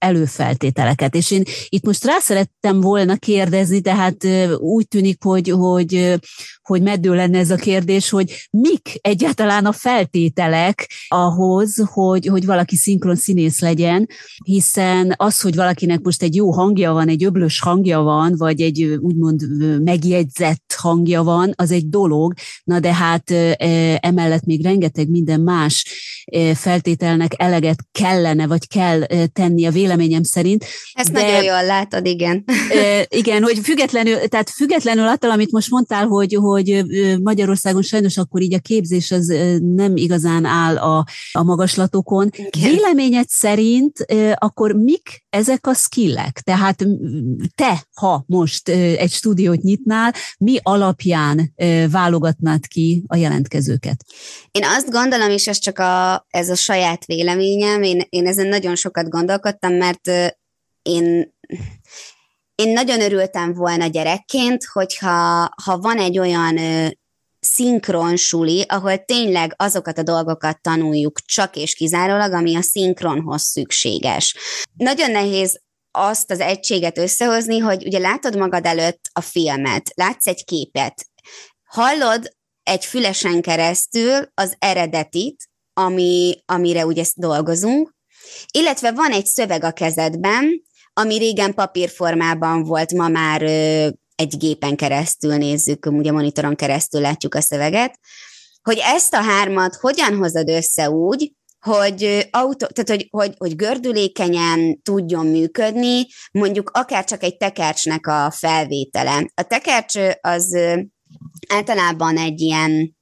előfeltételeket. És én itt most rá szerettem volna kérdezni, tehát úgy tűnik, hogy, hogy, hogy meddő lenne ez a kérdés, hogy mik egyáltalán a feltételek ahhoz, hogy, hogy valaki szinkron színész legyen, hiszen az, hogy valakinek most egy jó hangja van, egy öblös hangja van, vagy egy úgymond megjegyzett hangja van, az egy dolog, na de hát emellett még rengeteg minden más feltételnek eleget kellene, vagy kell tenni a véleményem szerint. Ezt de, nagyon jól látod, igen. Igen, hogy függetlenül, tehát függetlenül attól, amit most mondtál, hogy, hogy Magyarországon sajnos akkor így a képzés az nem igazán áll a, a magaslatokon. Igen. Véleményed szerint akkor mik ezek a skillek? Tehát te, ha most egy stúdiót nyitnál, mi alapján válogatnád ki a jelentkezőket? Én azt gondolom, és ez csak a, ez a saját véleményem, én, én ezen nagyon sokat gondolkodtam, mert én, én nagyon örültem volna gyerekként, hogyha ha van egy olyan szinkron suli, ahol tényleg azokat a dolgokat tanuljuk csak és kizárólag, ami a szinkronhoz szükséges. Nagyon nehéz azt az egységet összehozni, hogy ugye látod magad előtt a filmet, látsz egy képet, hallod egy fülesen keresztül az eredetit, ami, amire ugye dolgozunk, illetve van egy szöveg a kezedben, ami régen papírformában volt, ma már ö, egy gépen keresztül nézzük, ugye monitoron keresztül látjuk a szöveget, hogy ezt a hármat hogyan hozod össze úgy, hogy, autó, tehát hogy, hogy, hogy gördülékenyen tudjon működni, mondjuk akár csak egy tekercsnek a felvétele. A tekercs az általában egy ilyen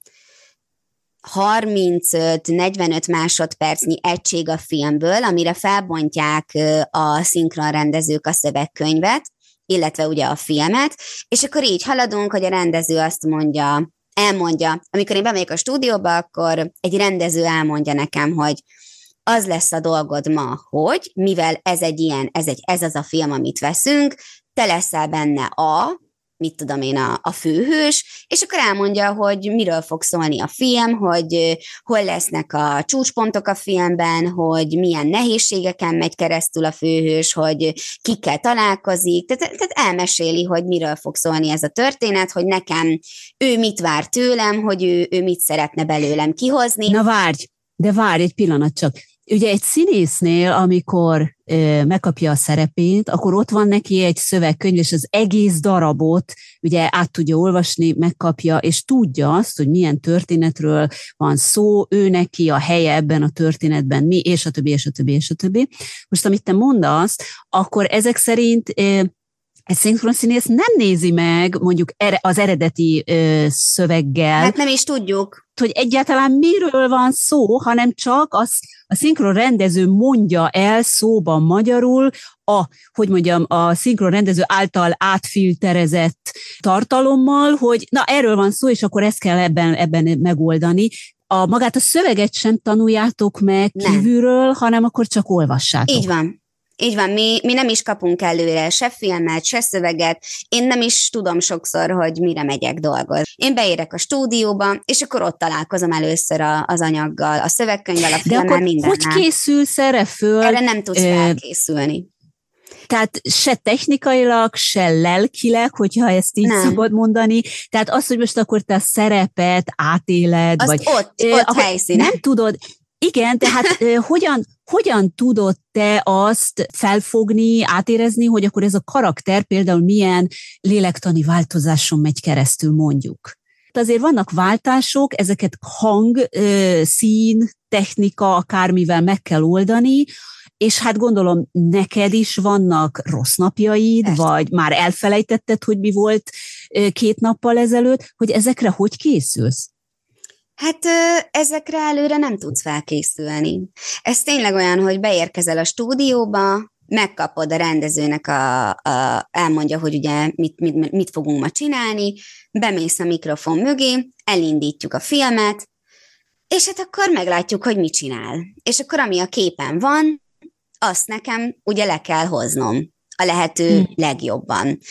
harmincöt-negyvenöt másodpercnyi egység a filmből, amire felbontják a szinkronrendezők a szövegkönyvet, illetve ugye a filmet, és akkor így haladunk, hogy a rendező azt mondja, elmondja, amikor én bemegyek a stúdióba, akkor egy rendező elmondja nekem, hogy az lesz a dolgod ma, hogy mivel ez egy ilyen, ez, egy, ez az a film, amit veszünk, te leszel benne a, mit tudom én, a, a főhős, és akkor elmondja, hogy miről fog szólni a film, hogy hol lesznek a csúcspontok a filmben, hogy milyen nehézségeken megy keresztül a főhős, hogy kikkel találkozik, tehát, tehát elmeséli, hogy miről fog szólni ez a történet, hogy nekem ő mit vár tőlem, hogy ő, ő mit szeretne belőlem kihozni. Na várj, de várj egy pillanat csak. Ugye egy színésznél, amikor e, megkapja a szerepét, akkor ott van neki egy szövegkönyv, és az egész darabot ugye át tudja olvasni, megkapja, és tudja azt, hogy milyen történetről van szó, ő neki a helye ebben a történetben, mi, és a többi, és a többi, és a többi. Most, amit te mondasz, akkor ezek szerint e, egy szinkronszínész nem nézi meg mondjuk az eredeti ö, szöveggel. Hát nem is tudjuk. Hogy egyáltalán miről van szó, hanem csak az, a szinkron rendező mondja el szóban magyarul, a, hogy mondjam, a szinkron rendező által átfilterezett tartalommal, hogy na erről van szó, és akkor ezt kell ebben, ebben megoldani. A, magát a szöveget sem tanuljátok meg kívülről, nem. hanem akkor csak olvassátok. Így van. Így van, mi, mi nem is kapunk előre se filmet, se szöveget, én nem is tudom sokszor, hogy mire megyek dolgozni. Én beérek a stúdióba, és akkor ott találkozom először a, az anyaggal, a szövegkönyvvel, a filmmel, mindennel. Hogy készülsz erre föl? Erre nem tudsz felkészülni. Tehát se technikailag, se lelkileg, hogyha ezt így nem. szabad mondani. Tehát az, hogy most akkor te a szerepet átéled, azt vagy ott, ott helyszínen. Nem tudod. Igen, tehát hogyan, hogyan tudod te azt felfogni, átérezni, hogy akkor ez a karakter például milyen lélektani változáson megy keresztül, mondjuk. Azért vannak váltások, ezeket hang, szín, technika, akármivel meg kell oldani, és hát gondolom neked is vannak rossz napjaid, Ezt. vagy már elfelejtetted, hogy mi volt két nappal ezelőtt, hogy ezekre hogy készülsz? Hát ezekre előre nem tudsz felkészülni. Ez tényleg olyan, hogy beérkezel a stúdióba, megkapod a rendezőnek, a, a, elmondja, hogy ugye mit, mit, mit fogunk ma csinálni, bemész a mikrofon mögé, elindítjuk a filmet, és hát akkor meglátjuk, hogy mit csinál. És akkor ami a képen van, azt nekem ugye le kell hoznom a lehető hmm. legjobban.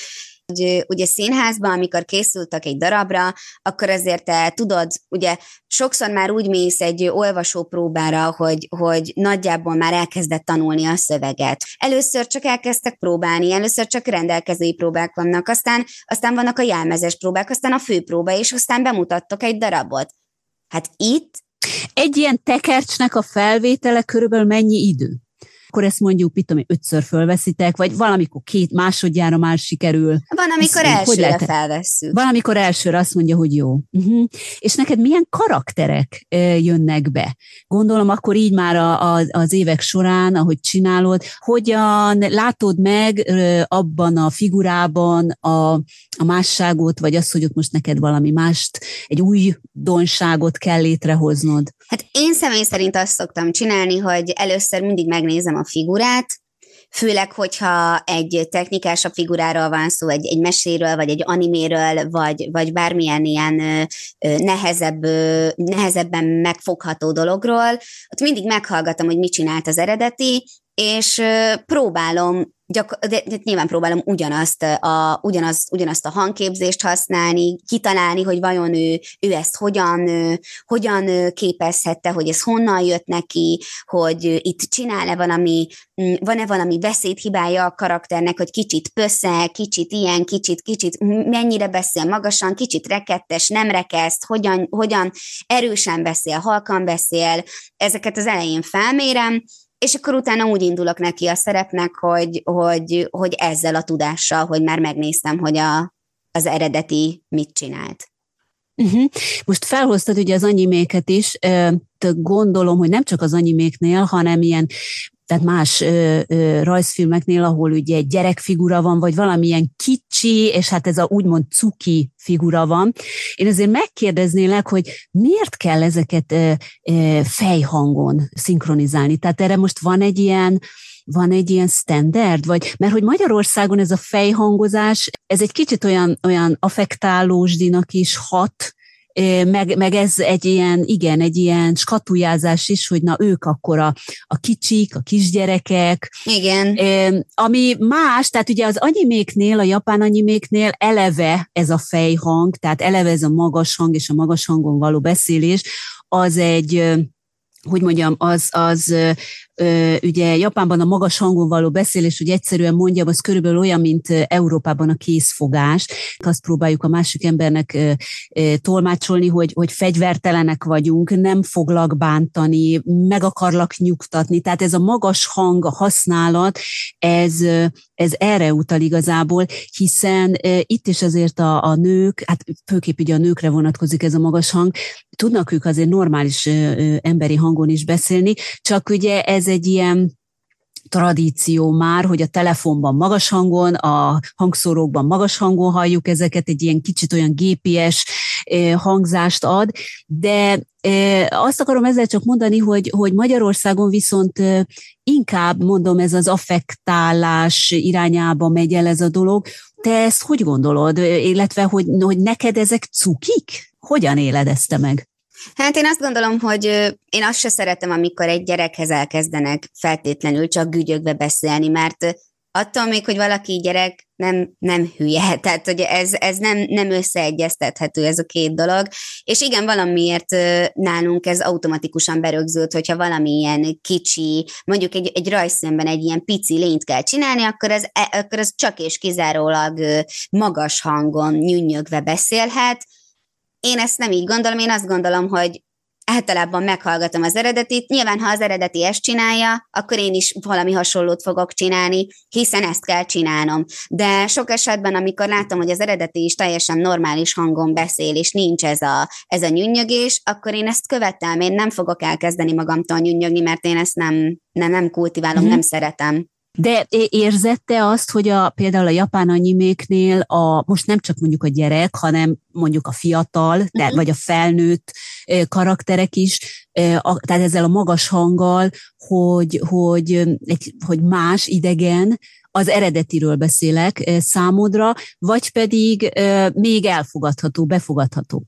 hogy ugye színházban, amikor készültek egy darabra, akkor azért te tudod, ugye sokszor már úgy mész egy olvasópróbára, hogy, hogy nagyjából már elkezdett tanulni a szöveget. Először csak elkezdtek próbálni, először csak rendelkezői próbák vannak, aztán, aztán vannak a jelmezes próbák, aztán a főpróba, és aztán bemutattok egy darabot. Hát itt... Egy ilyen tekercsnek a felvétele körülbelül mennyi idő? Akkor ezt mondjuk, mit tudom, ötször fölveszitek, vagy valamikor két másodjára már sikerül. Van, amikor ezt, elsőre felvesszük. Van, amikor elsőre azt mondja, hogy jó. Uh-huh. És neked milyen karakterek uh, jönnek be? Gondolom, akkor így már a, a, az évek során, ahogy csinálod, hogyan látod meg uh, abban a figurában a, a másságot, vagy azt, hogy ott most neked valami mást, egy új donságot kell létrehoznod? Hát én személy szerint azt szoktam csinálni, hogy először mindig megnézem a figurát, főleg, hogyha egy technikásabb figuráról van szó, egy, egy meséről, vagy egy animéről, vagy, vagy bármilyen ilyen ö, nehezebb, ö, nehezebben megfogható dologról, ott mindig meghallgatom, hogy mit csinált az eredeti, és ö, próbálom, gyak, de, de nyilván próbálom ugyanazt a, ugyanazt, ugyanazt a hangképzést használni, kitalálni, hogy vajon ő, ő ezt hogyan, ö, hogyan képezhette, hogy ez honnan jött neki, hogy itt csinál-e valami, van-e valami beszédhibája a karakternek, hogy kicsit pösze, kicsit ilyen, kicsit, kicsit mennyire beszél magasan, kicsit rekettes, nem rekeszt, hogyan, hogyan erősen beszél, halkan beszél, ezeket az elején felmérem, és akkor utána úgy indulok neki a szerepnek, hogy, hogy, hogy ezzel a tudással, hogy már megnéztem, hogy a, az eredeti mit csinált. Uh-huh. Most felhoztad ugye az animéket is, gondolom, hogy nem csak az animéknél, hanem ilyen, tehát más ö, ö, rajzfilmeknél, ahol ugye egy gyerekfigura van, vagy valamilyen kicsi, és hát ez a úgymond cuki figura van. Én azért megkérdeznélek, hogy miért kell ezeket ö, ö, fejhangon szinkronizálni? Tehát erre most van egy ilyen van egy ilyen standard, vagy, mert hogy Magyarországon ez a fejhangozás, ez egy kicsit olyan, olyan affektálósdinak is hat, Meg, meg ez egy ilyen, igen, egy ilyen skatujázás is, hogy na ők akkor a, a kicsik, a kisgyerekek. Igen. Ami más, tehát ugye az animéknél, a japán animéknél eleve ez a fejhang, tehát eleve ez a magas hang és a magas hangon való beszélés, az egy, hogy mondjam, az, az Ö, ugye Japánban a magas hangon való beszélés, hogy egyszerűen mondjam, az körülbelül olyan, mint Európában a készfogás. Azt próbáljuk a másik embernek ö, ö, tolmácsolni, hogy, hogy fegyvertelenek vagyunk, nem foglak bántani, meg akarlak nyugtatni. Tehát ez a magas hang használat, ez, ez erre utal igazából, hiszen ö, itt is azért a, a nők, hát főképp ugye a nőkre vonatkozik ez a magas hang, tudnak ők azért normális ö, ö, emberi hangon is beszélni, csak ugye ez Ez egy ilyen tradíció már, hogy a telefonban magas hangon, a hangszórókban magas hangon halljuk ezeket, egy ilyen kicsit olyan gépies hangzást ad, de azt akarom ezzel csak mondani, hogy, hogy Magyarországon viszont inkább, mondom, ez az affektálás irányába megy el ez a dolog. Te ezt hogy gondolod? Illetve, hogy, hogy neked ezek cukik? Hogyan éled ezt te meg? Hát én azt gondolom, hogy én azt se szeretem, amikor egy gyerekhez elkezdenek feltétlenül csak gügyökbe beszélni, mert attól még, hogy valaki gyerek, nem, nem hülye, tehát hogy ez, ez nem, nem összeegyeztethető ez a két dolog, és igen, valamiért nálunk ez automatikusan berögzült, hogyha valamilyen kicsi, mondjuk egy, egy rajzfilmben egy ilyen pici lényt kell csinálni, akkor az, akkor az csak és kizárólag magas hangon nyűnyögve beszélhet. Én ezt nem így gondolom, én azt gondolom, hogy általában meghallgatom az eredetit, nyilván ha az eredeti ezt csinálja, akkor én is valami hasonlót fogok csinálni, hiszen ezt kell csinálnom. De sok esetben, amikor látom, hogy az eredeti is teljesen normális hangon beszél, és nincs ez a, ez a nyűnyögés, akkor én ezt követem, én nem fogok elkezdeni magamtól nyűnyögni, mert én ezt nem, nem, nem kultiválom, mm. nem szeretem. De érzette azt, hogy a, például a japán animéknél a, most nem csak mondjuk a gyerek, hanem mondjuk a fiatal, uh-huh. de, vagy a felnőtt karakterek is, a, tehát ezzel a magas hanggal, hogy, hogy, egy, hogy más, idegen, az eredetiről beszélek számodra, vagy pedig még elfogadható, befogadható?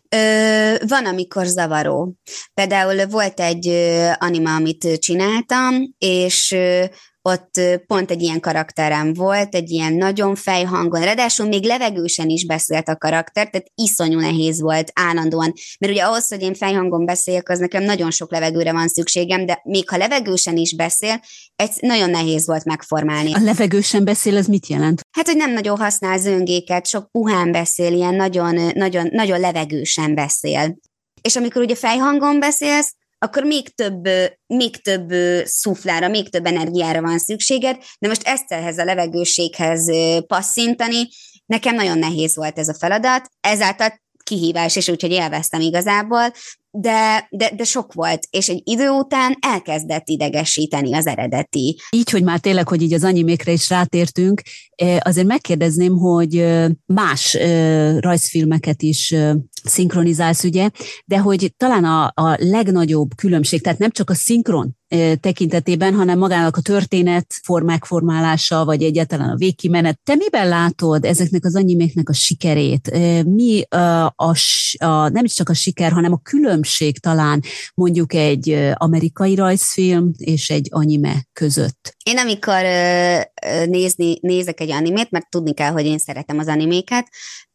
Ö, van, amikor zavaró. Például volt egy anime, amit csináltam, és ott pont egy ilyen karakterem volt, egy ilyen nagyon fejhangon, ráadásul még levegősen is beszélt a karakter, tehát iszonyú nehéz volt állandóan, mert ugye ahhoz, hogy én fejhangon beszéljek, az nekem nagyon sok levegőre van szükségem, de még ha levegősen is beszél, egy nagyon nehéz volt megformálni. A levegősen beszél, az mit jelent? Hát, hogy nem nagyon használ zöngéket, sok puhán beszél, ilyen nagyon, nagyon, nagyon levegősen beszél. És amikor ugye fejhangon beszélsz, akkor még több, még több szuflára, még több energiára van szükséged, de most ezt ehhez a levegőséghez passzintani, nekem nagyon nehéz volt ez a feladat, ezáltal kihívás, és úgyhogy élveztem igazából, de, de, de sok volt, és egy idő után elkezdett idegesíteni az eredeti. Így, hogy már tényleg, hogy így az animékre is rátértünk, azért megkérdezném, hogy más rajzfilmeket is szinkronizálsz, ugye, de hogy talán a, a legnagyobb különbség, tehát nem csak a szinkron tekintetében, hanem magának a történet megformálása, vagy egyáltalán a végkimenet. Te miben látod ezeknek az animéknek a sikerét? Mi a, a, a, nem is csak a siker, hanem a különbség talán mondjuk egy amerikai rajzfilm és egy anime között? Én amikor nézni, nézek egy animét, mert tudni kell, hogy én szeretem az animéket,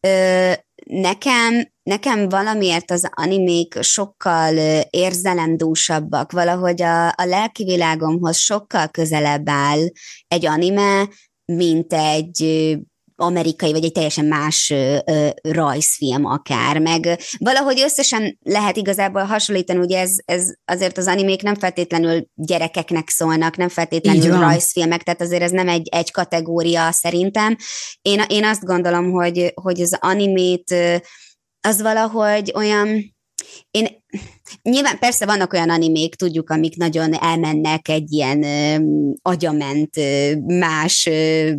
nekem Nekem valamiért az animék sokkal érzelemdúsabbak, valahogy a, a lelki világomhoz sokkal közelebb áll egy anime, mint egy amerikai, vagy egy teljesen más ö, ö, rajzfilm akár, meg valahogy összesen lehet igazából hasonlítani, ugye ez, ez azért az animék nem feltétlenül gyerekeknek szólnak, nem feltétlenül rajzfilmek, tehát azért ez nem egy, egy kategória szerintem. Én, én azt gondolom, hogy, hogy az animét az valahogy olyan, én nyilván persze vannak olyan animék, tudjuk, amik nagyon elmennek egy ilyen ö, agyament, ö, más, ö,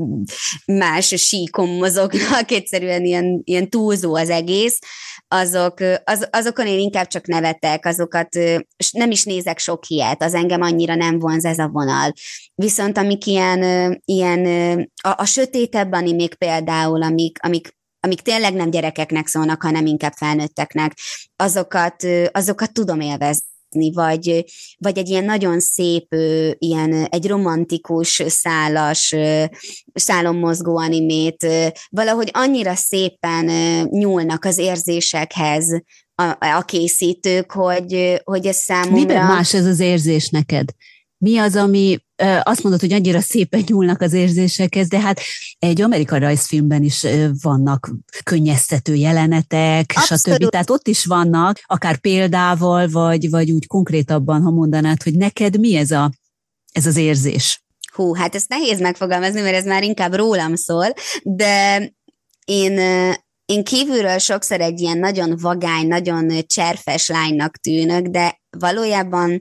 más síkon mozognak, egyszerűen ilyen, ilyen túlzó az egész, azok, az, azokon én inkább csak nevetek, azokat ö, nem is nézek sok ilyet, az engem annyira nem vonz ez a vonal. Viszont amik ilyen, ö, ilyen ö, a, a sötétebb animék például, amik, amik amik tényleg nem gyerekeknek szólnak, hanem inkább felnőtteknek, azokat, azokat tudom élvezni, vagy, vagy egy ilyen nagyon szép, ilyen egy romantikus, szálas, szálon mozgó animét, valahogy annyira szépen nyúlnak az érzésekhez a, a készítők, hogy, hogy ez számomra... Miben más ez az érzés neked? Mi az, ami azt mondod, hogy annyira szépen nyúlnak az érzésekhez, de hát egy amerikai rajzfilmben is vannak könnyeztető jelenetek, stb. Tehát ott is vannak, akár példával, vagy, vagy úgy konkrétabban, ha mondanád, hogy neked mi ez, a, ez az érzés? Hú, hát ezt nehéz megfogalmazni, mert ez már inkább rólam szól, de én... Én kívülről sokszor egy ilyen nagyon vagány, nagyon cserfes lánynak tűnök, de valójában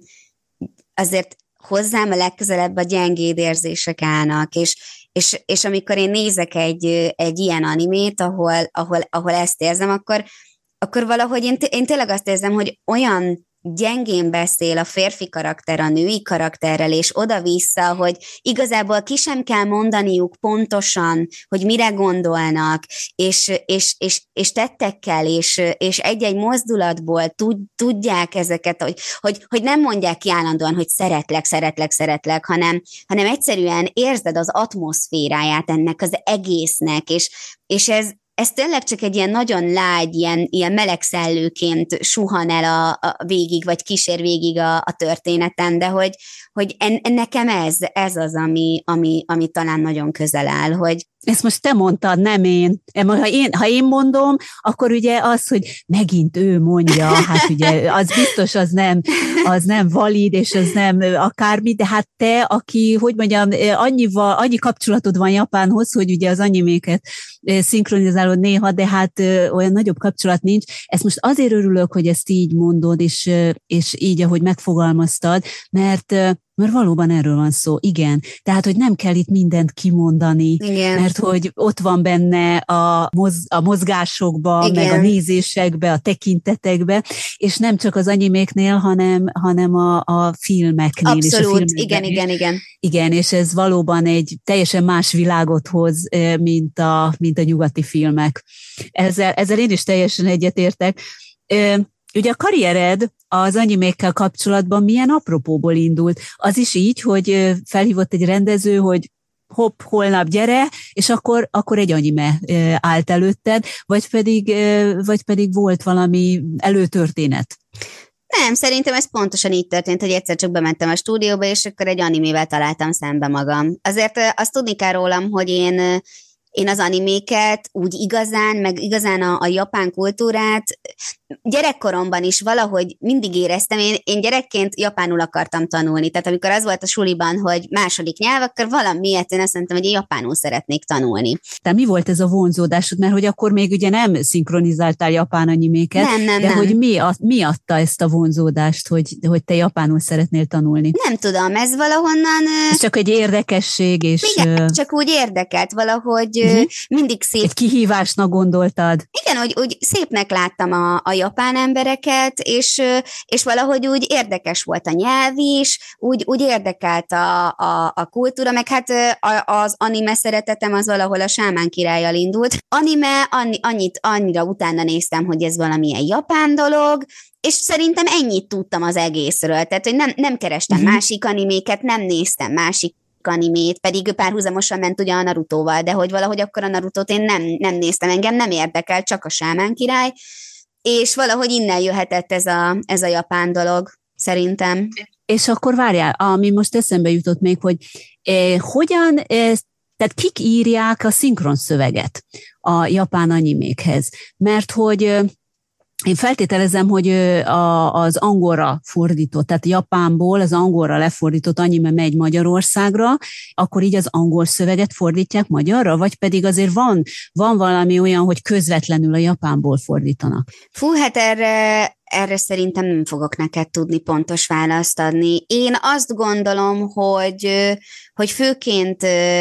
azért hozzám a legközelebb a gyengéd érzések állnak, és, és, és amikor én nézek egy, egy ilyen animét, ahol, ahol, ahol ezt érzem, akkor, akkor valahogy én, én tényleg azt érzem, hogy olyan gyengén beszél a férfi karakter a női karakterrel, és oda-vissza, hogy igazából ki sem kell mondaniuk pontosan, hogy mire gondolnak, és, és, és, és tettekkel, és, és egy-egy mozdulatból tud, tudják ezeket, hogy, hogy, hogy nem mondják ki állandóan, hogy szeretlek, szeretlek, szeretlek, hanem, hanem egyszerűen érzed az atmoszféráját ennek az egésznek, és, és ez Ez tényleg csak egy ilyen nagyon lágy, ilyen, ilyen melegszellőként suhan el a, a végig, vagy kísér végig a, a történeten, de hogy, hogy en, nekem ez, ez az, ami, ami, ami talán nagyon közel áll, hogy ezt most te mondtad, nem én. Ha én, ha én mondom, akkor ugye az, hogy megint ő mondja, hát ugye az biztos, az nem, az nem valid, és az nem akármi, de hát te, aki, hogy mondjam, annyival, annyi kapcsolatod van Japánhoz, hogy ugye az animéket szinkronizálod néha, de hát olyan nagyobb kapcsolat nincs. Ezt most azért örülök, hogy ezt így mondod, és, és így, ahogy megfogalmaztad, mert mert valóban erről van szó, igen. Tehát, hogy nem kell itt mindent kimondani, igen. Mert hogy ott van benne a, moz, a mozgásokban, igen. Meg a nézésekben, a tekintetekben, és nem csak az animéknél, hanem, hanem a, a filmeknél. Abszolút, és a igen, is. igen, igen. Igen, és ez valóban egy teljesen más világot hoz, mint a, mint a nyugati filmek. Ezzel, ezzel én is teljesen egyetértek. ugye a karriered az animékkel kapcsolatban milyen apropóból indult? Az is így, hogy felhívott egy rendező, hogy hopp, holnap gyere, és akkor, akkor egy anime állt előtted, vagy pedig, vagy pedig volt valami előtörténet? Nem, szerintem ez pontosan így történt, hogy egyszer csak bementem a stúdióba, és akkor egy animével találtam szembe magam. Azért azt tudni kell rólam, hogy én Én az animéket úgy igazán, meg igazán a, a japán kultúrát gyerekkoromban is valahogy mindig éreztem, én, én gyerekként japánul akartam tanulni, tehát amikor az volt a suliban, hogy második nyelv, akkor valamiért én azt mondtam, hogy én japánul szeretnék tanulni. Tehát mi volt ez a vonzódásod, mert hogy akkor még ugye nem szinkronizáltál japán animéket, nem, nem, de nem. hogy mi, a, mi adta ezt a vonzódást, hogy, hogy te japánul szeretnél tanulni? Nem tudom, ez valahonnan... Ez csak egy érdekesség, és... Igen, csak úgy érdekelt valahogy uh-huh. mindig szép... Egy kihívásnak gondoltad? Igen, hogy úgy szépnek láttam a, a japán embereket, és, és valahogy úgy érdekes volt a nyelv is, úgy, úgy érdekelt a, a, a kultúra, meg hát az anime szeretetem az valahol a Sámán királlyal indult. Anime, annyi, annyit, annyira utána néztem, hogy ez valamilyen japán dolog, és szerintem ennyit tudtam az egészről, tehát hogy nem, nem kerestem uh-huh. másik animéket, nem néztem másik animét, pedig párhuzamosan ment ugye a Narutóval, de hogy valahogy akkor a Narutót én nem, nem néztem, engem nem érdekel, csak a Sámán király, és valahogy innen jöhetett ez a, ez a japán dolog, szerintem. És akkor várjál, ami most eszembe jutott még, hogy eh, hogyan, eh, tehát kik írják a szinkron szöveget a japán animékhez? Mert hogy eh, én feltételezem, hogy a, az angolra fordított, tehát Japánból az angolra lefordított anime megy Magyarországra, akkor így az angol szöveget fordítják magyarra, vagy pedig azért van, van valami olyan, hogy közvetlenül a Japánból fordítanak? Fú, hát erre... Erre szerintem nem fogok neked tudni pontos választ adni. Én azt gondolom, hogy, hogy főként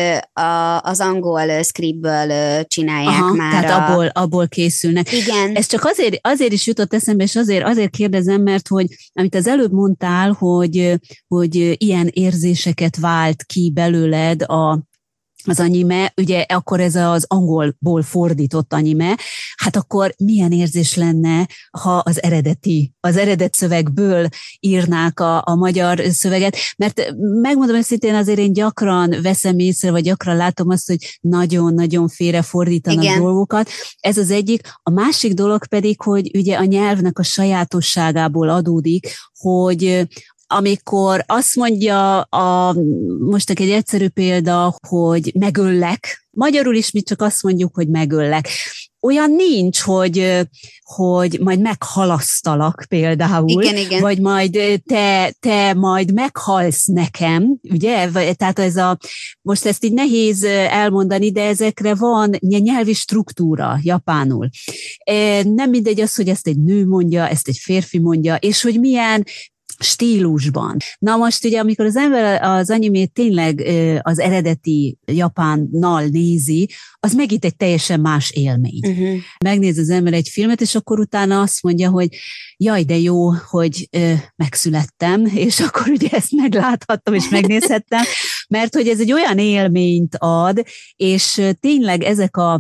a, az angol scriptből csinálják Aha, már. Tehát a... abból, abból készülnek. Igen. Ez csak azért, azért is jutott eszembe, és azért, azért kérdezem, mert hogy amit az előbb mondtál, hogy, hogy ilyen érzéseket vált ki belőled a az anime, ugye akkor ez az angolból fordított anime, hát akkor milyen érzés lenne, ha az eredeti, az eredet szövegből írnák a, a magyar szöveget, mert megmondom őszintén, azért én gyakran veszem észre, vagy gyakran látom azt, hogy nagyon-nagyon félre fordítanak Igen. dolgokat. Ez az egyik. A másik dolog pedig, hogy ugye a nyelvnek a sajátosságából adódik, hogy amikor azt mondja, a, most egy egyszerű példa, hogy megöllek, magyarul is mi csak azt mondjuk, hogy megöllek. Olyan nincs, hogy, hogy majd meghalasztalak például, igen, igen. vagy majd te, te majd meghalsz nekem, ugye? Tehát ez a, most ezt így nehéz elmondani, de ezekre van nyelvi struktúra japánul. Nem mindegy az, hogy ezt egy nő mondja, ezt egy férfi mondja, és hogy milyen stílusban. Na most ugye, amikor az ember az animét tényleg az eredeti japánnal nézi, az megint egy teljesen más élmény. Uh-huh. Megnéz az ember egy filmet, és akkor utána azt mondja, hogy jaj, de jó, hogy ö, megszülettem, és akkor ugye ezt megláthattam, és megnézhettem, mert hogy ez egy olyan élményt ad, és tényleg ezek a,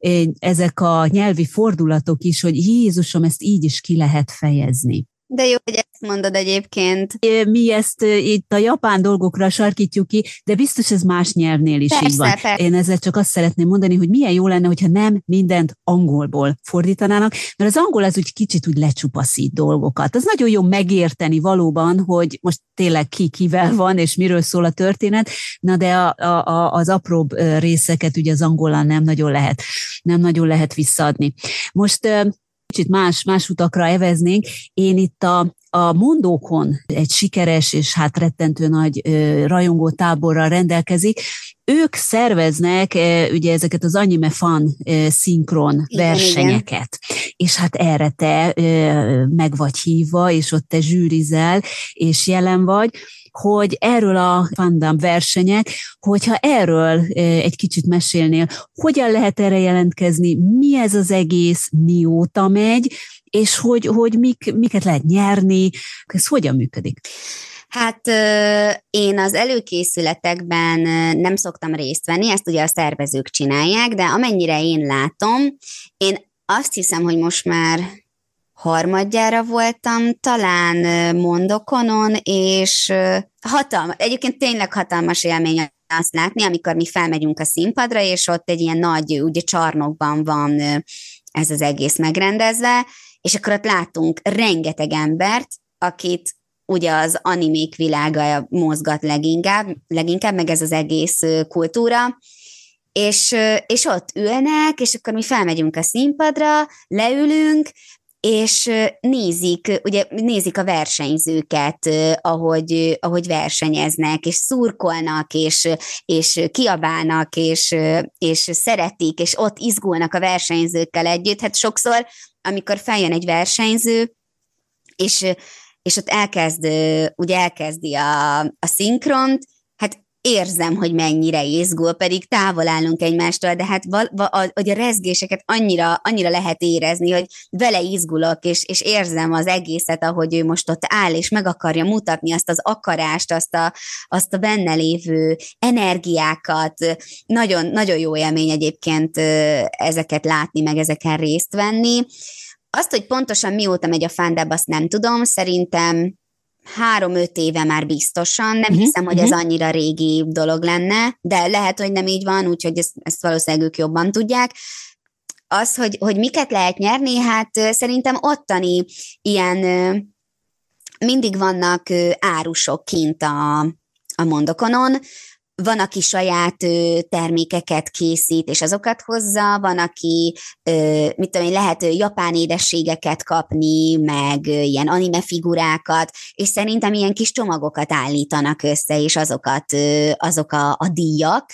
ezek a nyelvi fordulatok is, hogy Jézusom, ezt így is ki lehet fejezni. De jó, hogy ezt mondod egyébként. Mi ezt itt a japán dolgokra sarkítjuk ki, de biztos ez más nyelvnél is persze, így van. Persze. Én ezzel csak azt szeretném mondani, hogy milyen jó lenne, hogyha nem mindent angolból fordítanának, mert az angol az úgy kicsit úgy lecsupaszít dolgokat. Az nagyon jó megérteni valóban, hogy most tényleg ki kivel van, és miről szól a történet, na de a, a, az apróbb részeket ugye az angolán nem nagyon lehet, nem nagyon lehet visszaadni. Most kicsit más, más utakra eveznénk. Én itt a, a Mondókon egy sikeres és hát rettentő nagy ö, rajongó táborral rendelkezik. Ők szerveznek ö, ugye ezeket az anime fan ö, szinkron igen, versenyeket. Igen. És hát erre te ö, meg vagy hívva, és ott te zsűrizel, és jelen vagy, hogy erről a fandom versenyek, hogyha erről egy kicsit mesélnél, hogyan lehet erre jelentkezni, mi ez az egész, mióta megy, és hogy, hogy mik, miket lehet nyerni, ez hogyan működik? Hát én az előkészületekben nem szoktam részt venni, ezt ugye a szervezők csinálják, de amennyire én látom, én azt hiszem, hogy most már harmadjára voltam talán Mondokonon, és hatalma, egyébként tényleg hatalmas élmény azt látni, amikor mi felmegyünk a színpadra, és ott egy ilyen nagy, ugye csarnokban van ez az egész megrendezve, és akkor ott látunk rengeteg embert, akit ugye az animék világa mozgat leginkább, leginkább, meg ez az egész kultúra, és, és ott ülnek, és akkor mi felmegyünk a színpadra, leülünk, és nézik, ugye nézik a versenyzőket, ahogy, ahogy versenyeznek, és szurkolnak, és, és kiabálnak, és, és szeretik, és ott izgulnak a versenyzőkkel együtt. Hát sokszor, amikor feljön egy versenyző, és, és ott elkezd, ugye elkezdi a, a szinkront, hát érzem, hogy mennyire izgul, pedig távol állunk egymástól, de hát val, val, a, a rezgéseket annyira, annyira lehet érezni, hogy vele izgulok, és, és érzem az egészet, ahogy ő most ott áll, és meg akarja mutatni azt az akarást, azt a, azt a benne lévő energiákat. Nagyon, nagyon jó élmény egyébként ezeket látni, meg ezeken részt venni. Azt, hogy pontosan mióta megy a Fandub, azt nem tudom, szerintem három-öt éve már biztosan, nem uh-huh, hiszem, hogy uh-huh. ez annyira régi dolog lenne, de lehet, hogy nem így van, úgyhogy ezt, ezt valószínűleg ők jobban tudják. Az, hogy, hogy miket lehet nyerni, hát szerintem ottani ilyen mindig vannak árusok kint a, a Mondokonon, van, aki saját ö, termékeket készít, és azokat hozza, van, aki, ö, mit tudom én, lehet ö, japán édességeket kapni, meg ö, ilyen anime figurákat, és szerintem ilyen kis csomagokat állítanak össze, és azokat, ö, azok a, a díjak.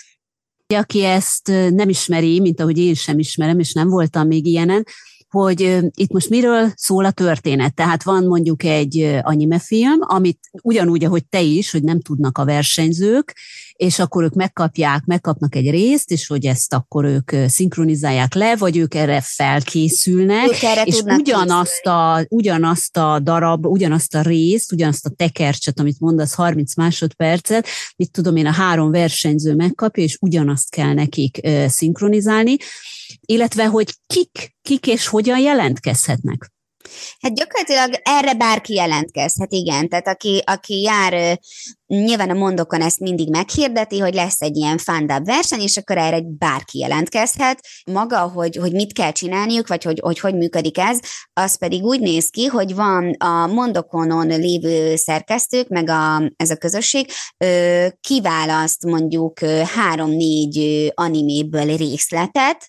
Aki ezt nem ismeri, mint ahogy én sem ismerem, és nem voltam még ilyenen, hogy itt most miről szól a történet. Tehát van mondjuk egy animefilm, amit ugyanúgy, ahogy te is, hogy nem tudnak a versenyzők, és akkor ők megkapják, megkapnak egy részt, és hogy ezt akkor ők szinkronizálják le, vagy ők erre felkészülnek, ők erre és ugyanazt a, ugyanazt a darab, ugyanazt a részt, ugyanazt a tekercset, amit mondasz, harminc másodpercet, mit tudom én, a három versenyző megkapja, és ugyanazt kell nekik uh, szinkronizálni, illetve, hogy kik, kik és hogyan jelentkezhetnek. Hát gyakorlatilag erre bárki jelentkezhet, igen. Tehát aki, aki jár, nyilván a Mondokon ezt mindig meghirdeti, hogy lesz egy ilyen Fandub verseny, és akkor erre bárki jelentkezhet. Maga, hogy, hogy mit kell csinálniuk, vagy hogy, hogy hogy működik ez, az pedig úgy néz ki, hogy van a Mondokonon lévő szerkesztők, meg a, ez a közösség, kiválaszt mondjuk három-négy animéből részletet,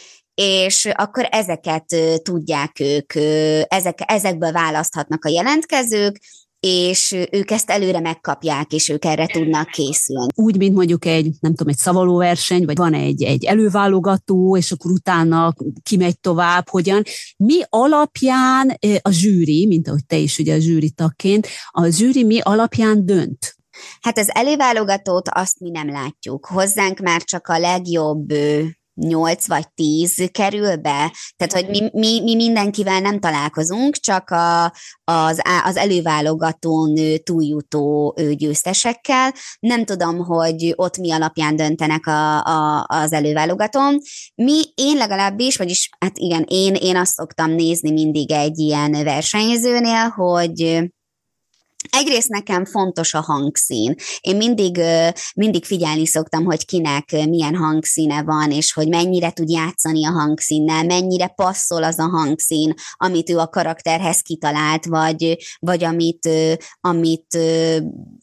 és akkor ezeket tudják ők, ezek, ezekből választhatnak a jelentkezők, és ők ezt előre megkapják, és ők erre tudnak készülni. Úgy, mint mondjuk egy, nem tudom, egy szavalóverseny, vagy van egy, egy előválogató, és akkor utána kimegy tovább, hogyan. Mi alapján a zsűri, mint ahogy te is ugye a zsűri tagként, a zsűri mi alapján dönt? Hát az előválogatót azt mi nem látjuk. Hozzánk már csak a legjobb nyolc vagy tíz kerül be, tehát hogy mi, mi, mi mindenkivel nem találkozunk, csak a, az, az előválogatón túljutó győztesekkel. Nem tudom, hogy ott mi alapján döntenek a, a, az előválogatón. Mi, én legalábbis, vagyis hát igen, én, én azt szoktam nézni mindig egy ilyen versenyzőnél, hogy egyrészt nekem fontos a hangszín. Én mindig, mindig figyelni szoktam, hogy kinek milyen hangszíne van, és hogy mennyire tud játszani a hangszínnel, mennyire passzol az a hangszín, amit ő a karakterhez kitalált, vagy, vagy amit, amit, ö,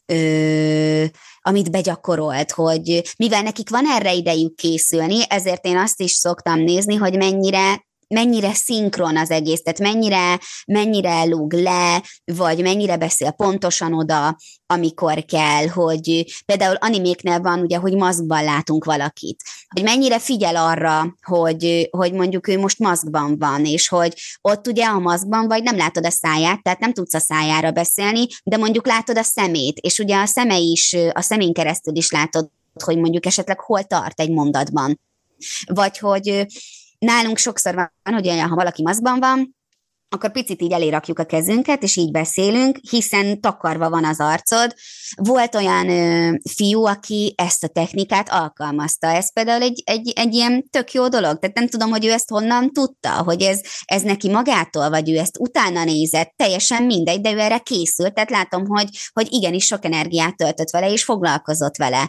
ö, amit begyakorolt, hogy mivel nekik van erre idejük készülni, ezért én azt is szoktam nézni, hogy mennyire mennyire szinkron az egész, tehát mennyire, mennyire lúg le, vagy mennyire beszél pontosan oda, amikor kell, hogy például animéknél van ugye, hogy maszkban látunk valakit, hogy mennyire figyel arra, hogy, hogy mondjuk ő most maszkban van, és hogy ott ugye a maszkban vagy nem látod a száját, tehát nem tudsz a szájára beszélni, de mondjuk látod a szemét, és ugye a szeme is, a szemén keresztül is látod, hogy mondjuk esetleg hol tart egy mondatban. Vagy hogy nálunk sokszor van, hogy olyan, ha valaki maszkban van, akkor picit így elérakjuk a kezünket, és így beszélünk, hiszen takarva van az arcod. Volt olyan ö, fiú, aki ezt a technikát alkalmazta. Ez például egy, egy, egy ilyen tök jó dolog. Tehát nem tudom, hogy ő ezt honnan tudta, hogy ez, ez neki magától, vagy ő ezt utána nézett, teljesen mindegy, de ő erre készült. Tehát látom, hogy, hogy igenis sok energiát töltött vele, és foglalkozott vele.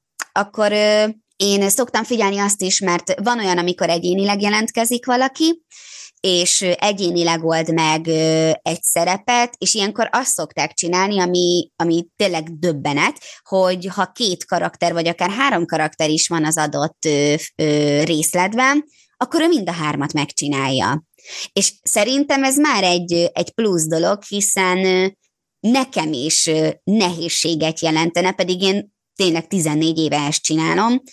Akkor ö, én szoktam figyelni azt is, mert van olyan, amikor egyénileg jelentkezik valaki, és egyénileg old meg egy szerepet, és ilyenkor azt szokták csinálni, ami, ami tényleg döbbenet, hogy ha két karakter, vagy akár három karakter is van az adott ö, ö, részletben, akkor ő mind a hármat megcsinálja. És szerintem ez már egy, egy plusz dolog, hiszen nekem is nehézséget jelentene, pedig én tényleg tizennégy éve ezt csinálom,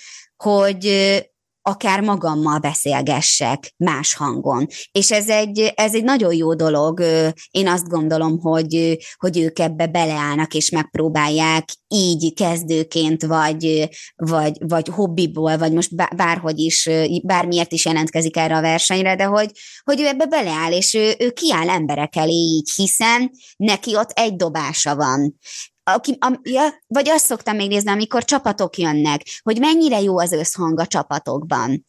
hogy akár magammal beszélgessek más hangon. És ez egy, ez egy nagyon jó dolog. Én azt gondolom, hogy, hogy ők ebbe beleállnak, és megpróbálják így kezdőként, vagy, vagy, vagy hobbiból, vagy most bárhogy is, bármiért is jelentkezik erre a versenyre, de hogy, hogy ő ebbe beleáll, és ő, ő kiáll emberek elé így, hiszen neki ott egy dobása van. Aki, am, ja, vagy azt szoktam még nézni, amikor csapatok jönnek, hogy mennyire jó az összhang a csapatokban,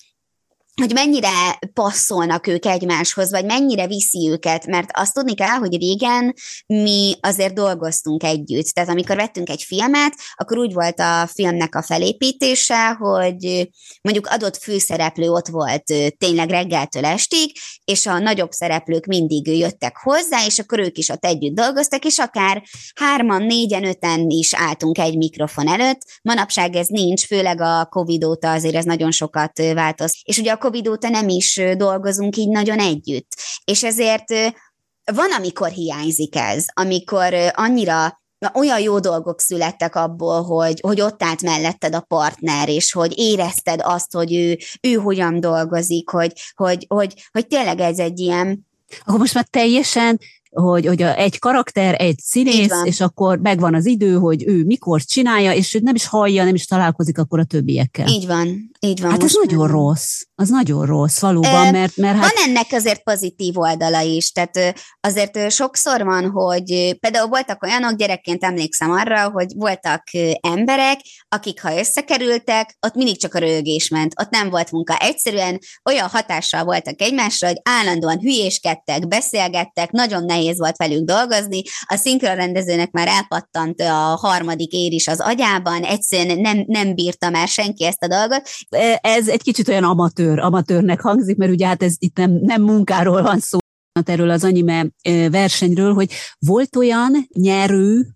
hogy mennyire passzolnak ők egymáshoz, vagy mennyire viszi őket, mert azt tudni kell, hogy régen mi azért dolgoztunk együtt. Tehát amikor vettünk egy filmet, akkor úgy volt a filmnek a felépítése, hogy mondjuk adott főszereplő ott volt tényleg reggeltől estig, és a nagyobb szereplők mindig jöttek hozzá, és akkor ők is ott együtt dolgoztak, és akár hárman, négyen, öten is álltunk egy mikrofon előtt. Manapság ez nincs, főleg a Covid óta azért ez nagyon sokat változ. És ugye a Covid óta nem is dolgozunk így nagyon együtt. És ezért van, amikor hiányzik ez, amikor annyira olyan jó dolgok születtek abból, hogy, hogy ott állt melletted a partner, és hogy érezted azt, hogy ő, ő hogyan dolgozik, hogy, hogy, hogy, hogy tényleg ez egy ilyen... Akkor most már teljesen... hogy, hogy a, egy karakter, egy színész, és akkor megvan az idő, hogy ő mikor csinálja, és ő nem is hallja, nem is találkozik akkor a többiekkel. Így van, így van. Hát ez nagyon nem. rossz, az nagyon rossz valóban, mert, mert hát... Van ennek azért pozitív oldala is, tehát azért sokszor van, hogy például voltak olyanok, gyerekként emlékszem arra, hogy voltak emberek, akik ha összekerültek, ott mindig csak a röhögés ment, ott nem volt munka. Egyszerűen olyan hatással voltak egymásra, hogy állandóan hülyéskedtek, beszélgettek, nagyon nehéz volt velük dolgozni, a szinkronrendezőnek már elpattant a harmadik ér is az agyában, egyszerűen nem, nem bírta már senki ezt a dolgot. Ez egy kicsit olyan amatőr, amatőrnek hangzik, mert ugye hát ez itt nem, nem munkáról van szó, erről az anime versenyről, hogy volt olyan nyerő,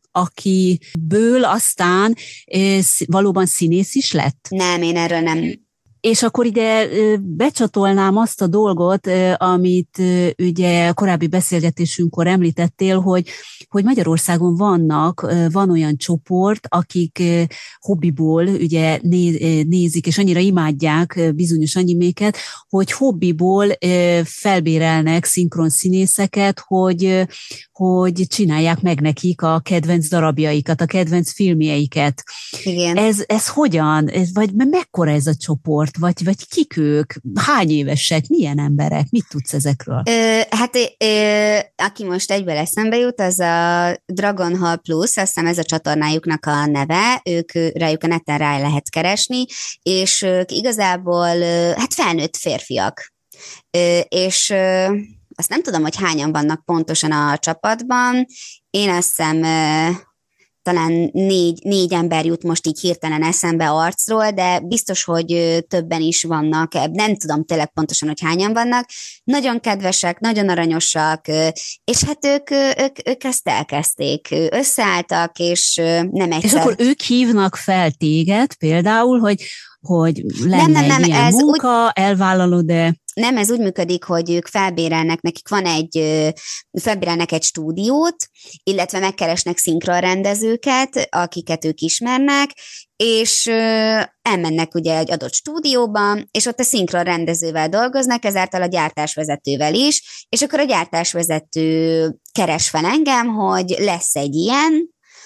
akiből aztán valóban színész is lett? Nem, én erről nem... És akkor ide becsatolnám azt a dolgot, amit ugye korábbi beszélgetésünkkor említettél, hogy, hogy Magyarországon vannak, van olyan csoport, akik hobbiból ugye nézik, és annyira imádják bizonyos animéket, hogy hobbiból felbérelnek szinkronszínészeket, hogy, hogy csinálják meg nekik a kedvenc darabjaikat, a kedvenc filmjeiket. Igen. Ez, ez hogyan? Ez, vagy mekkora ez a csoport? Vagy, vagy kik ők? Hány évesek? Milyen emberek? Mit tudsz ezekről? Ö, hát ö, aki most egyből eszembe jut, az a Dragon Hall Plus, azt hiszem ez a csatornájuknak a neve, ők rájuk a neten rá lehet keresni, és ők igazából hát felnőtt férfiak. Ö, és ö, azt nem tudom, hogy hányan vannak pontosan a csapatban. Én azt hiszem... Ö, talán négy, négy ember jut most így hirtelen eszembe arcról, de biztos, hogy többen is vannak, nem tudom tényleg pontosan, hogy hányan vannak. Nagyon kedvesek, nagyon aranyosak, és hát ők, ők, ők ezt elkezdték, összeálltak, és nem egyszer. És akkor ők hívnak fel téged például, hogy, hogy lenne nem, nem, nem, egy ilyen ez munka, úgy... elvállalod-e? Nem, ez úgy működik, hogy ők felbérelnek, nekik van egy, felbérelnek egy stúdiót, illetve megkeresnek szinkronrendezőket, akiket ők ismernek, és elmennek ugye egy adott stúdióba, és ott a szinkronrendezővel dolgoznak, ezáltal a gyártásvezetővel is, és akkor a gyártásvezető keres fel engem, hogy lesz egy ilyen,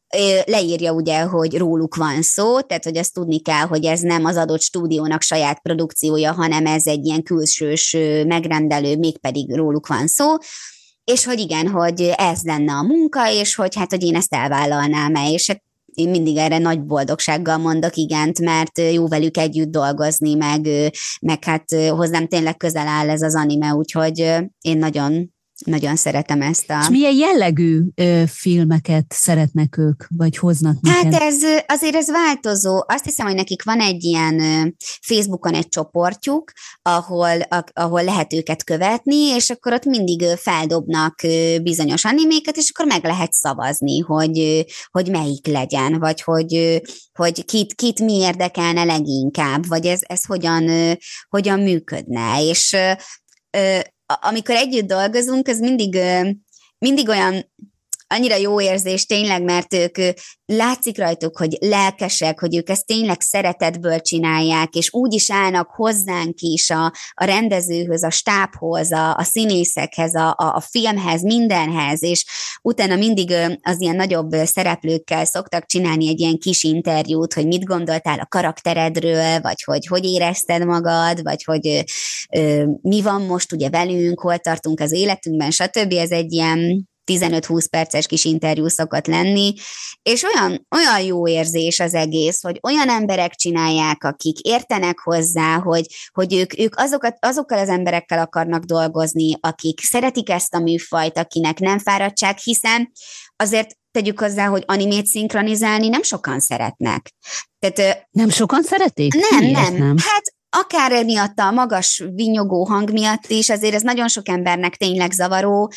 leírja ugye, hogy róluk van szó, tehát hogy azt tudni kell, hogy ez nem az adott stúdiónak saját produkciója, hanem ez egy ilyen külsős megrendelő, mégpedig róluk van szó, és hogy igen, hogy ez lenne a munka, és hogy hát, hogy én ezt elvállalnám-e, és hát én mindig erre nagy boldogsággal mondok igent, mert jó velük együtt dolgozni, meg, meg hát hozzám tényleg közel áll ez az anime, úgyhogy én nagyon Nagyon szeretem ezt a... És milyen jellegű ö, filmeket szeretnek ők, vagy hoznak neked? Hát ez, azért ez változó. Azt hiszem, hogy nekik van egy ilyen ö, Facebookon egy csoportjuk, ahol, a, ahol lehet őket követni, és akkor ott mindig ö, feldobnak ö, bizonyos animéket, és akkor meg lehet szavazni, hogy, ö, hogy melyik legyen, vagy hogy, ö, hogy kit, kit mi érdekelne leginkább, vagy ez, ez hogyan, ö, hogyan működne. És ö, ö, amikor együtt dolgozunk, ez mindig, mindig olyan annyira jó érzés tényleg, mert ők látszik rajtuk, hogy lelkesek, hogy ők ezt tényleg szeretetből csinálják, és úgy is állnak hozzánk is a, a rendezőhöz, a stábhoz, a, a színészekhez, a, a, a filmhez, mindenhez, és utána mindig az ilyen nagyobb szereplőkkel szoktak csinálni egy ilyen kis interjút, hogy mit gondoltál a karakteredről, vagy hogy hogy érezted magad, vagy hogy ö, mi van most ugye velünk, hol tartunk az életünkben, stb. Ez egy ilyen tizenöt-húsz perces kis interjú szokott lenni, és olyan, olyan jó érzés az egész, hogy olyan emberek csinálják, akik értenek hozzá, hogy, hogy ők, ők azokat, azokkal az emberekkel akarnak dolgozni, akik szeretik ezt a műfajt, akinek nem fáradtság, hiszen azért tegyük hozzá, hogy animét szinkronizálni nem sokan szeretnek. Tehát, nem sokan szeretik? Nem, nem, nem. Hát akár emiatt a magas vinyogó hang miatt is, azért ez nagyon sok embernek tényleg zavaró,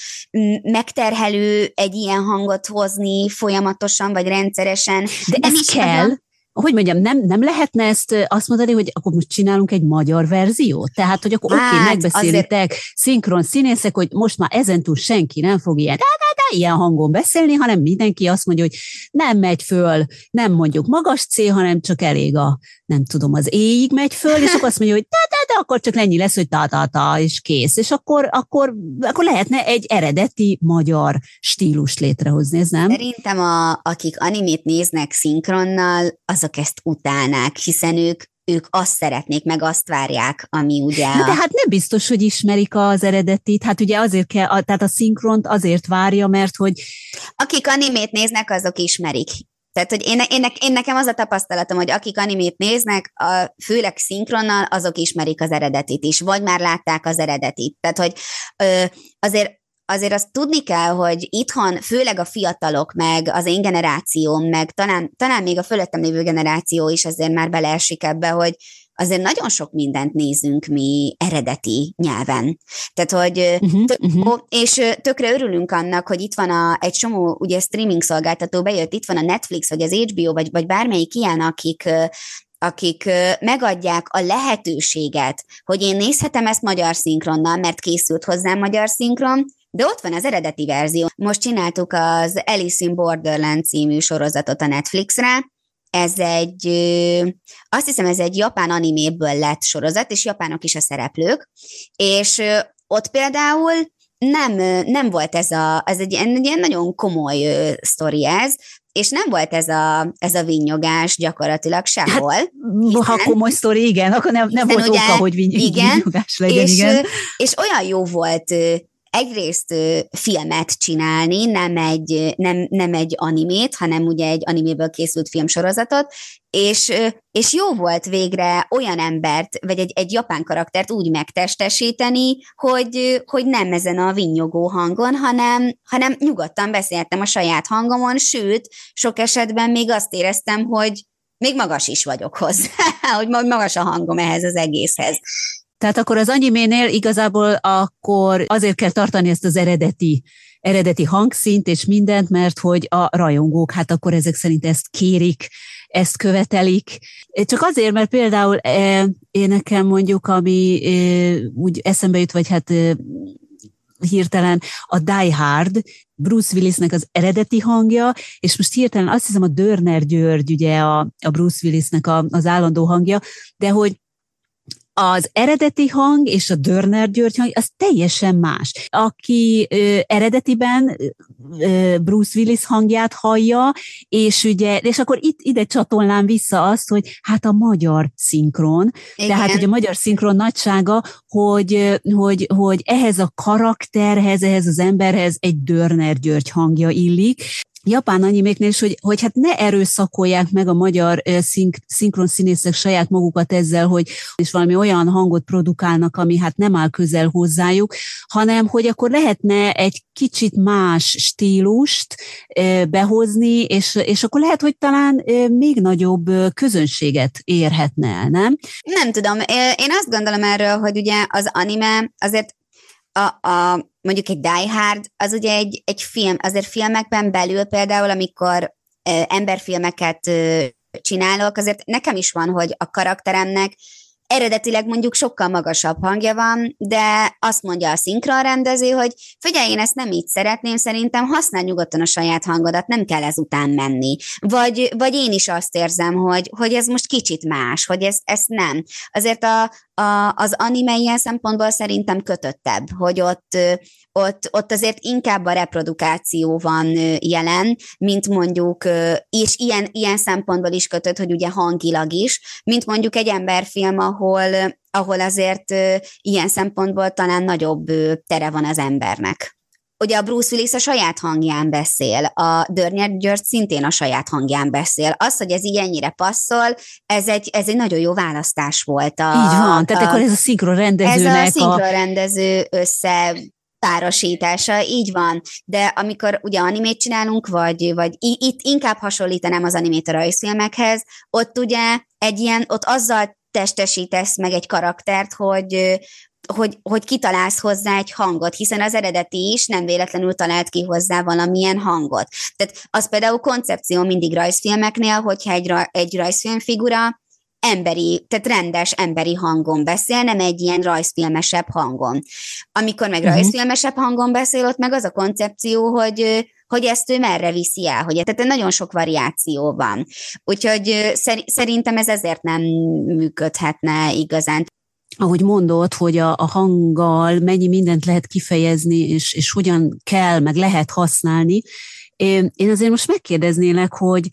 megterhelő egy ilyen hangot hozni folyamatosan, vagy rendszeresen. De nem ez is kell? A... Hogy mondjam, nem, nem lehetne ezt azt mondani, hogy akkor most csinálunk egy magyar verziót? Tehát, hogy akkor hát, oké, okay, megbeszélitek azért... szinkron színészek, hogy most már ezentúl senki nem fog ilyen, de, de, de, ilyen hangon beszélni, hanem mindenki azt mondja, hogy nem megy föl, nem mondjuk magas C, hanem csak elég a, nem tudom, az éjig megy föl, és akkor azt mondja, hogy de, de, de, akkor csak ennyi lesz, hogy ta-ta-ta, és kész. És akkor, akkor, akkor lehetne egy eredeti magyar stílust létrehozni, ez nem? Szerintem a, akik animét néznek szinkronnal, azok ezt utálnák, hiszen ők, ők azt szeretnék, meg azt várják, ami ugye... Na, de hát nem biztos, hogy ismerik az eredetit, hát ugye azért kell, a, tehát a szinkront azért várja, mert hogy... Akik animét néznek, azok ismerik. Tehát, hogy én, én, én nekem az a tapasztalatom, hogy akik animét néznek, a, főleg szinkronnal, azok ismerik az eredetit is, vagy már látták az eredetit. Tehát, hogy ö, azért Azért azt tudni kell, hogy itthon főleg a fiatalok, meg az én generációm, meg talán, talán még a fölöttem lévő generáció is azért már beleesik ebbe, hogy azért nagyon sok mindent nézünk mi eredeti nyelven. Tehát, hogy uh-huh, tök, uh-huh. és tökre örülünk annak, hogy itt van a, egy csomó ugye streaming szolgáltató bejött, itt van a Netflix, vagy az há bé o, vagy, vagy bármelyik ilyen, akik akik megadják a lehetőséget, hogy én nézhetem ezt magyar szinkronnal, mert készült hozzám magyar szinkron, de ott van az eredeti verzió. Most csináltuk az Alice in Borderland című sorozatot a Netflixre. Ez egy, azt hiszem, ez egy japán animéből lett sorozat, és japánok is a szereplők, és ott például nem, nem volt ez a, ez egy, egy ilyen nagyon komoly sztori ez, és nem volt ez a, ez a vinnyogás gyakorlatilag sehol. Hát, hiszen, ha komoly sztori, igen, akkor nem, nem volt ugye, oka, hogy vinny- igen, vinnyogás legyen, és, igen. És olyan jó volt egyrészt filmet csinálni, nem egy, nem, nem egy animét, hanem ugye egy animéből készült filmsorozatot, és, és jó volt végre olyan embert, vagy egy, egy japán karaktert úgy megtestesíteni, hogy, hogy nem ezen a vinnyogó hangon, hanem, hanem nyugodtan beszéltem a saját hangomon, sőt, sok esetben még azt éreztem, hogy még magas is vagyok hozzá, hogy magas a hangom ehhez az egészhez. Tehát akkor az animénél igazából akkor azért kell tartani ezt az eredeti, eredeti hangszint és mindent, mert hogy a rajongók, hát akkor ezek szerint ezt kérik, ezt követelik. Csak azért, mert például én nekem mondjuk, ami úgy eszembe jut, vagy hát hirtelen a Die Hard, Bruce Willisnek az eredeti hangja, és most hirtelen azt hiszem a Dörner György, ugye a, a Bruce Willisnek a, az állandó hangja, de hogy az eredeti hang és a Dörner György hang, az teljesen más. Aki ö, eredetiben ö, Bruce Willis hangját hallja, és ugye, és akkor itt ide csatolnám vissza azt, hogy hát a magyar szinkron, igen. Tehát hogy a magyar szinkron nagysága, hogy, hogy, hogy ehhez a karakterhez, ehhez az emberhez egy Dörner György hangja illik. Japán animéknél is, hogy, hogy hát ne erőszakolják meg a magyar szink, szinkron színészek saját magukat ezzel, hogy és valami olyan hangot produkálnak, ami hát nem áll közel hozzájuk, hanem hogy akkor lehetne egy kicsit más stílust behozni, és, és akkor lehet, hogy talán még nagyobb közönséget érhetne el, nem? Nem tudom, én azt gondolom erről, hogy ugye az anime azért a, a mondjuk egy Die Hard, az ugye egy, egy film, azért filmekben belül például, amikor ö, emberfilmeket ö, csinálok, azért nekem is van, hogy a karakteremnek eredetileg mondjuk sokkal magasabb hangja van, de azt mondja a szinkronrendező, hogy figyelj, én ezt nem így szeretném, szerintem használj nyugodtan a saját hangodat, nem kell ezután menni. Vagy, vagy én is azt érzem, hogy, hogy ez most kicsit más, hogy ez, ez nem. Azért a, a, az anime ilyen szempontból szerintem kötöttebb, hogy ott, ott, ott azért inkább a reprodukáció van jelen, mint mondjuk, és ilyen, ilyen szempontból is kötött, hogy ugye hangilag is, mint mondjuk egy emberfilm, ahol, ahol azért ilyen szempontból talán nagyobb tere van az embernek. Ugye a Bruce Willis a saját hangján beszél, a Dörner György szintén a saját hangján beszél. Az, hogy ez így ennyire passzol, ez egy, ez egy nagyon jó választás volt. A, így van, tehát a, akkor ez a szinkronrendezőnek Ez a szinkronrendező össze... párosítása, így van, de amikor ugye animét csinálunk, vagy, vagy itt inkább hasonlítanám az animét a rajzfilmekhez, ott ugye egy ilyen, ott azzal testesítesz meg egy karaktert, hogy, hogy, hogy kitalálsz hozzá egy hangot, hiszen az eredeti is nem véletlenül talált ki hozzá valamilyen hangot. Tehát az például koncepció mindig rajzfilmeknél, hogyha egy, egy rajzfilmfigura emberi, tehát rendes emberi hangon beszél, nem egy ilyen rajzfilmesebb hangon. Amikor meg uh-huh. rajzfilmesebb hangon beszél, ott meg az a koncepció, hogy, hogy ezt ő merre viszi el, hogy tehát nagyon sok variáció van. Úgyhogy szerintem ez ezért nem működhetne igazán. Ahogy mondod, hogy a, a hanggal mennyi mindent lehet kifejezni, és, és hogyan kell, meg lehet használni. Én azért most megkérdeznélek, hogy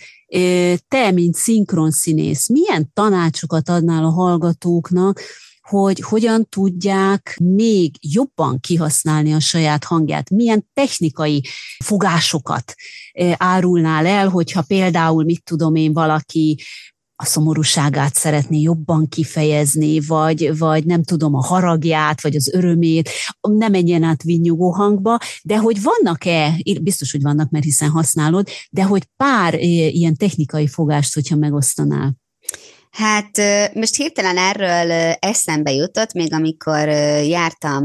te, mint szinkronszínész, milyen tanácsokat adnál a hallgatóknak, hogy hogyan tudják még jobban kihasználni a saját hangját, milyen technikai fogásokat árulnál el, hogyha például, mit tudom én, valaki a szomorúságát szeretné jobban kifejezni, vagy, vagy nem tudom, a haragját, vagy az örömét, ne menjen át vinnyogó hangba, de hogy vannak-e, biztos, hogy vannak, mert hiszen használod, de hogy pár ilyen technikai fogást, hogyha megosztanál. Hát most hirtelen erről eszembe jutott, még amikor jártam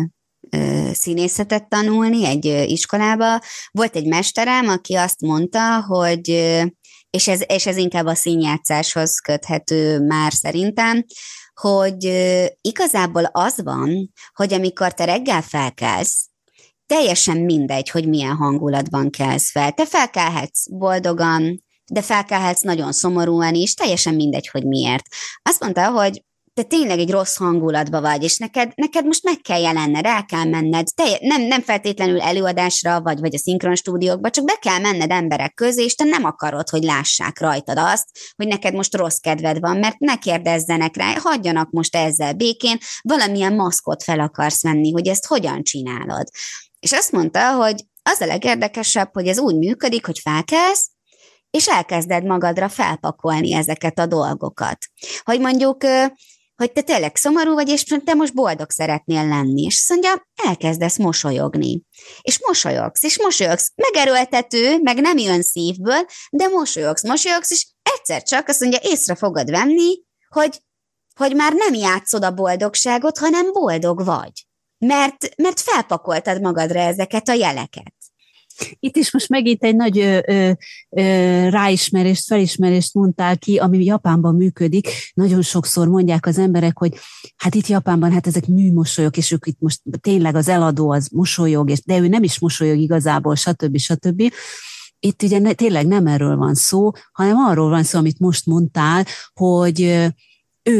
színészetet tanulni egy iskolába, volt egy mesterem, aki azt mondta, hogy És ez, és ez inkább a színjátszáshoz köthető már szerintem, hogy igazából az van, hogy amikor te reggel felkelsz, teljesen mindegy, hogy milyen hangulatban kelsz fel. Te felkelhetsz boldogan, de felkelhetsz nagyon szomorúan is, teljesen mindegy, hogy miért. Azt mondta, hogy te tényleg egy rossz hangulatban vagy, és neked, neked most meg kell jelenned, el kell menned, te, nem, nem feltétlenül előadásra, vagy, vagy a szinkron stúdiókba, csak be kell menned emberek közé, és te nem akarod, hogy lássák rajtad azt, hogy neked most rossz kedved van, mert ne kérdezzenek rá, hagyjanak most ezzel békén, valamilyen maszkot fel akarsz venni, hogy ezt hogyan csinálod. És azt mondta, hogy az a legérdekesebb, hogy ez úgy működik, hogy felkelsz, és elkezded magadra felpakolni ezeket a dolgokat. Hogy mondjuk hogy te tényleg szomorú vagy, és te most boldog szeretnél lenni. És azt mondja, elkezdesz mosolyogni. És mosolyogsz, és mosolyogsz. Megerőltető, meg nem jön szívből, de mosolyogsz, mosolyogsz, és egyszer csak azt mondja, észre fogod venni, hogy, hogy már nem játszod a boldogságot, hanem boldog vagy. Mert, mert felpakoltad magadra ezeket a jeleket. Itt is most megint egy nagy ö, ö, ö, ráismerést, felismerést mondtál ki, ami Japánban működik. Nagyon sokszor mondják az emberek, hogy hát itt Japánban hát ezek műmosolyok, és ők itt most tényleg az eladó az mosolyog, és, de ő nem is mosolyog igazából, stb. stb. Itt ugye ne, tényleg nem erről van szó, hanem arról van szó, amit most mondtál, hogy ő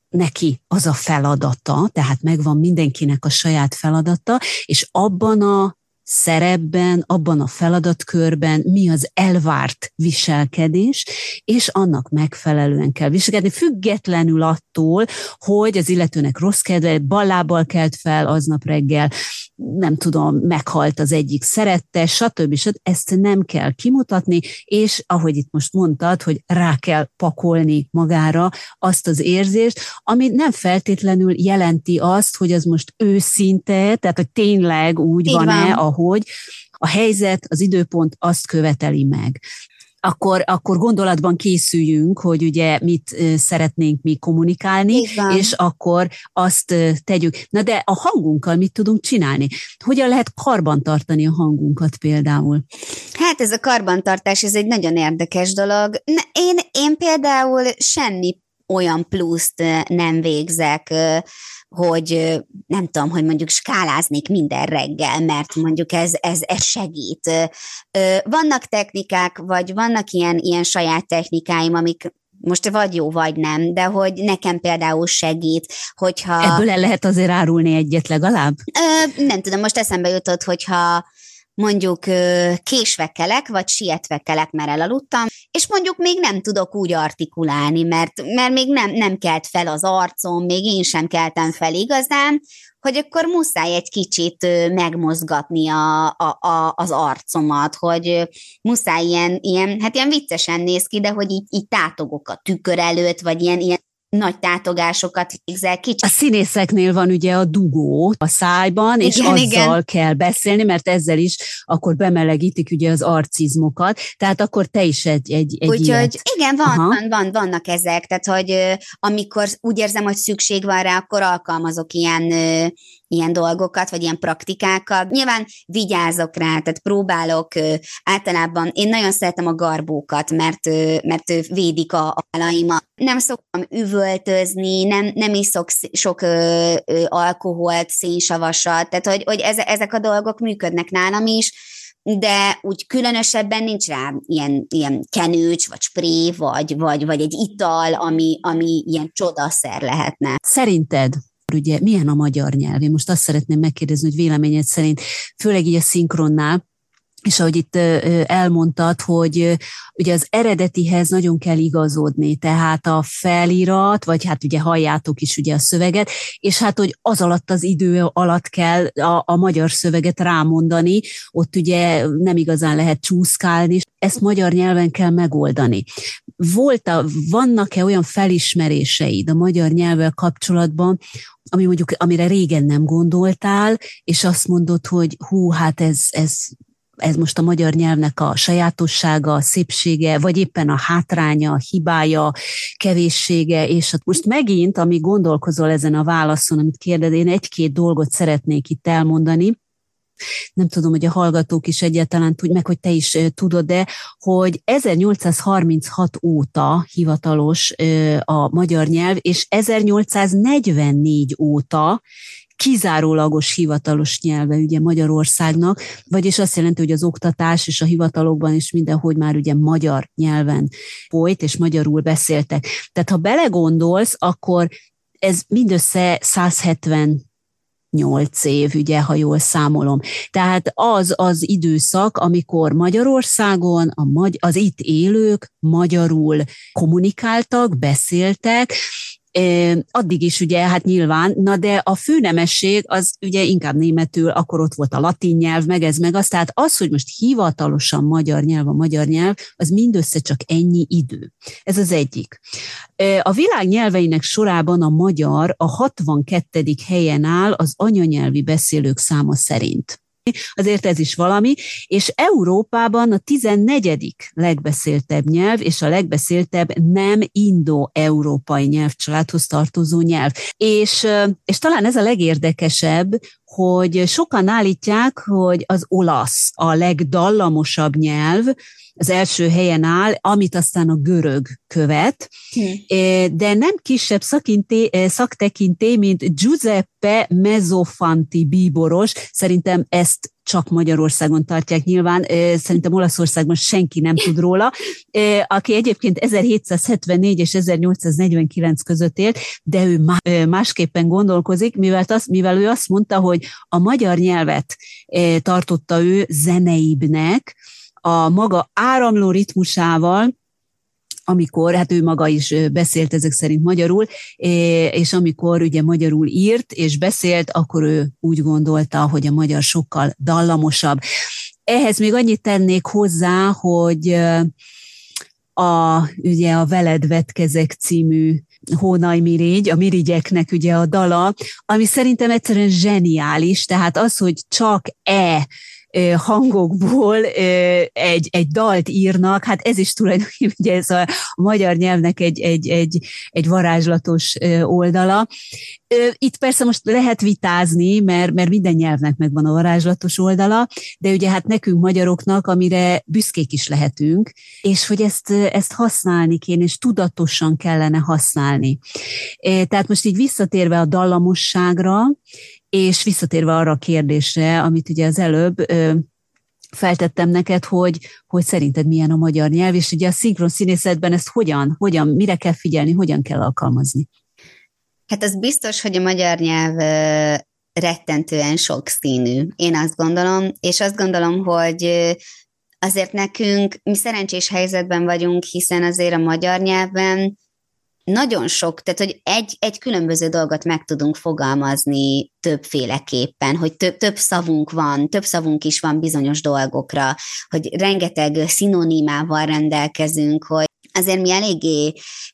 neki az a feladata, tehát megvan mindenkinek a saját feladata, és abban a szerepben, abban a feladatkörben mi az elvárt viselkedés, és annak megfelelően kell viselkedni, függetlenül attól, hogy az illetőnek rossz kedve, ballábbal kelt fel aznap reggel, nem tudom, meghalt az egyik szerettes, stb. stb. Ezt nem kell kimutatni, és ahogy itt most mondtad, hogy rá kell pakolni magára azt az érzést, ami nem feltétlenül jelenti azt, hogy az most őszinte, tehát hogy tényleg úgy Így van-e, van. ahogy a helyzet, az időpont azt követeli meg. Akkor, akkor gondolatban készüljünk, hogy ugye mit szeretnénk mi kommunikálni, és akkor azt tegyük. Na de a hangunkkal mit tudunk csinálni? Hogyan lehet karbantartani a hangunkat például? Hát ez a karbantartás, ez egy nagyon érdekes dolog. Én, én például semmi olyan pluszt nem végzek, hogy nem tudom, hogy mondjuk skáláznék minden reggel, mert mondjuk ez, ez, ez segít. Vannak technikák, vagy vannak ilyen, ilyen saját technikáim, amik most vagy jó, vagy nem, de hogy nekem például segít, hogyha... Ebből el lehet azért árulni egyet legalább? Nem tudom, most eszembe jutott, hogyha mondjuk késve kelek, vagy sietve kelek, mert elaludtam, és mondjuk még nem tudok úgy artikulálni, mert, mert még nem, nem kelt fel az arcom, még én sem keltem fel igazán, hogy akkor muszáj egy kicsit megmozgatni a, a, a, az arcomat, hogy muszáj ilyen, ilyen, hát ilyen viccesen néz ki, de hogy így, így tátogok a tükör előtt, vagy ilyen, ilyen nagy tátogásokat végzel kicsit. A színészeknél van ugye a dugó a szájban, és igen, azzal igen. kell beszélni, mert ezzel is akkor bemelegítik ugye az arcizmokat, tehát akkor te is egy, egy, egy Úgyhogy ilyet. igen, van, van, van, vannak ezek, tehát hogy amikor úgy érzem, hogy szükség van rá, akkor alkalmazok ilyen, ilyen dolgokat, vagy ilyen praktikákat. Nyilván vigyázok rá, tehát próbálok általában, én nagyon szeretem a garbókat, mert, mert védik a állaimat. Nem szoktam üvöltözni, nem, nem iszok sok ö, ö, alkoholt, szénsavasat, tehát hogy, hogy ezek a dolgok működnek nálam is, de úgy különösebben nincs rá ilyen, ilyen kenőcs, vagy spré, vagy, vagy, vagy egy ital, ami, ami ilyen csodaszer lehetne. Szerinted ugye milyen a magyar nyelv? Én most azt szeretném megkérdezni, hogy véleményed szerint, főleg így a szinkronnál, és ahogy itt elmondtad, hogy ugye az eredetihez nagyon kell igazodni, tehát a felirat, vagy hát ugye halljátok is ugye a szöveget, és hát hogy az alatt az idő alatt kell a, a magyar szöveget rámondani, ott ugye nem igazán lehet csúszkálni, ezt magyar nyelven kell megoldani. Volt-e, vannak-e olyan felismeréseid a magyar nyelvvel kapcsolatban, ami mondjuk, amire régen nem gondoltál, és azt mondod, hogy hú, hát ez, ez ez most a magyar nyelvnek a sajátossága, a szépsége, vagy éppen a hátránya, a hibája, kevéssége, és most megint, amíg gondolkozol ezen a válaszon, amit kérdez, én egy-két dolgot szeretnék itt elmondani. Nem tudom, hogy a hallgatók is egyáltalán tudják, meg hogy te is tudod, de hogy ezernyolcszázharminchat óta hivatalos a magyar nyelv, és ezernyolcszáznegyvennégy óta kizárólagos hivatalos nyelve ugye Magyarországnak, vagyis azt jelenti, hogy az oktatás és a hivatalokban is mindenhogy már ugye magyar nyelven folyt, és magyarul beszéltek. Tehát ha belegondolsz, akkor ez mindössze száz hetvennyolc év, ugye, ha jól számolom. Tehát az az időszak, amikor Magyarországon a magy- az itt élők magyarul kommunikáltak, beszéltek, addig is ugye, hát nyilván, na de a főnemesség az ugye inkább németül, akkor ott volt a latin nyelv, meg ez, meg az, tehát az, hogy most hivatalosan magyar nyelv a magyar nyelv, az mindössze csak ennyi idő. Ez az egyik. A világ nyelveinek sorában a magyar a hatvankettedik helyen áll az anyanyelvi beszélők száma szerint. Azért ez is valami, és Európában a tizennegyedik legbeszéltebb nyelv, és a legbeszéltebb nem indo-európai nyelvcsaládhoz tartozó nyelv. És, és talán ez a legérdekesebb, hogy sokan állítják, hogy az olasz a legdallamosabb nyelv, az első helyen áll, amit aztán a görög követ, hmm. de nem kisebb szakinté, szaktekintély, mint Giuseppe Mezzofanti bíboros, szerintem ezt csak Magyarországon tartják nyilván, szerintem Olaszországban senki nem tud róla, aki egyébként ezerhétszázhetvennégy és ezernyolcszáznegyvenkilenc között élt, de ő másképpen gondolkozik, mivel, az, mivel ő azt mondta, hogy a magyar nyelvet tartotta ő zeneibbnek, a maga áramló ritmusával, amikor, hát ő maga is beszélt ezek szerint magyarul, és amikor ugye magyarul írt és beszélt, akkor ő úgy gondolta, hogy a magyar sokkal dallamosabb. Ehhez még annyit tennék hozzá, hogy a, ugye a Veled vetkezek című Hónai Mirigy, a mirigyeknek ugye a dala, ami szerintem egyszerűen zseniális, tehát az, hogy csak e hangokból egy, egy dalt írnak, hát ez is tulajdonképpen ugye ez a, a magyar nyelvnek egy, egy, egy, egy varázslatos oldala. Itt persze most lehet vitázni, mert, mert minden nyelvnek megvan a varázslatos oldala, de ugye hát nekünk magyaroknak, amire büszkék is lehetünk, és hogy ezt, ezt használni kéne, és tudatosan kellene használni. Tehát most így visszatérve a dallamosságra, és visszatérve arra a kérdésre, amit ugye az előbb ö, feltettem neked, hogy, hogy szerinted milyen a magyar nyelv, és ugye a szinkron színészetben ezt hogyan, hogyan, mire kell figyelni, hogyan kell alkalmazni? Hát az biztos, hogy a magyar nyelv ö, rettentően sokszínű, én azt gondolom, és azt gondolom, hogy ö, azért nekünk, mi szerencsés helyzetben vagyunk, hiszen azért a magyar nyelvben nagyon sok, tehát hogy egy, egy különböző dolgot meg tudunk fogalmazni többféleképpen, hogy több, több szavunk van, több szavunk is van bizonyos dolgokra, hogy rengeteg szinonimával rendelkezünk, hogy azért mi eléggé,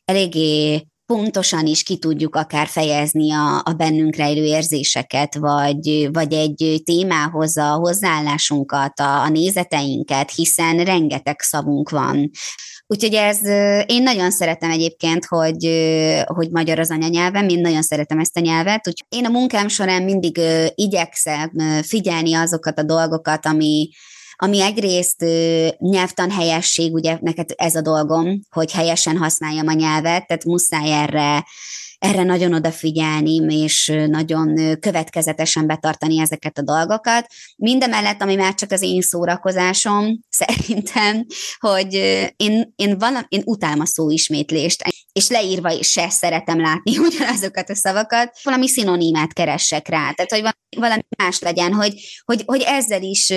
eléggé pontosan is ki tudjuk akár fejezni a, a bennünk rejlő érzéseket, vagy, vagy egy témához a hozzáállásunkat, a, a nézeteinket, hiszen rengeteg szavunk van. Úgyhogy ez, én nagyon szeretem egyébként, hogy, hogy magyar az anyanyelvem, én nagyon szeretem ezt a nyelvet. Úgyhogy én a munkám során mindig igyekszem figyelni azokat a dolgokat, ami, ami egyrészt nyelvtan helyesség, ugye neked ez a dolgom, hogy helyesen használjam a nyelvet, tehát muszáj erre, erre nagyon odafigyelni, és nagyon következetesen betartani ezeket a dolgokat. Mindemellett, ami már csak az én szórakozásom, szerintem, hogy én, én, valami, én utálom a szóismétlést, és leírva is se szeretem látni ugyanazokat a szavakat, valami szinonimát keressek rá, tehát hogy valami más legyen, hogy, hogy, hogy ezzel is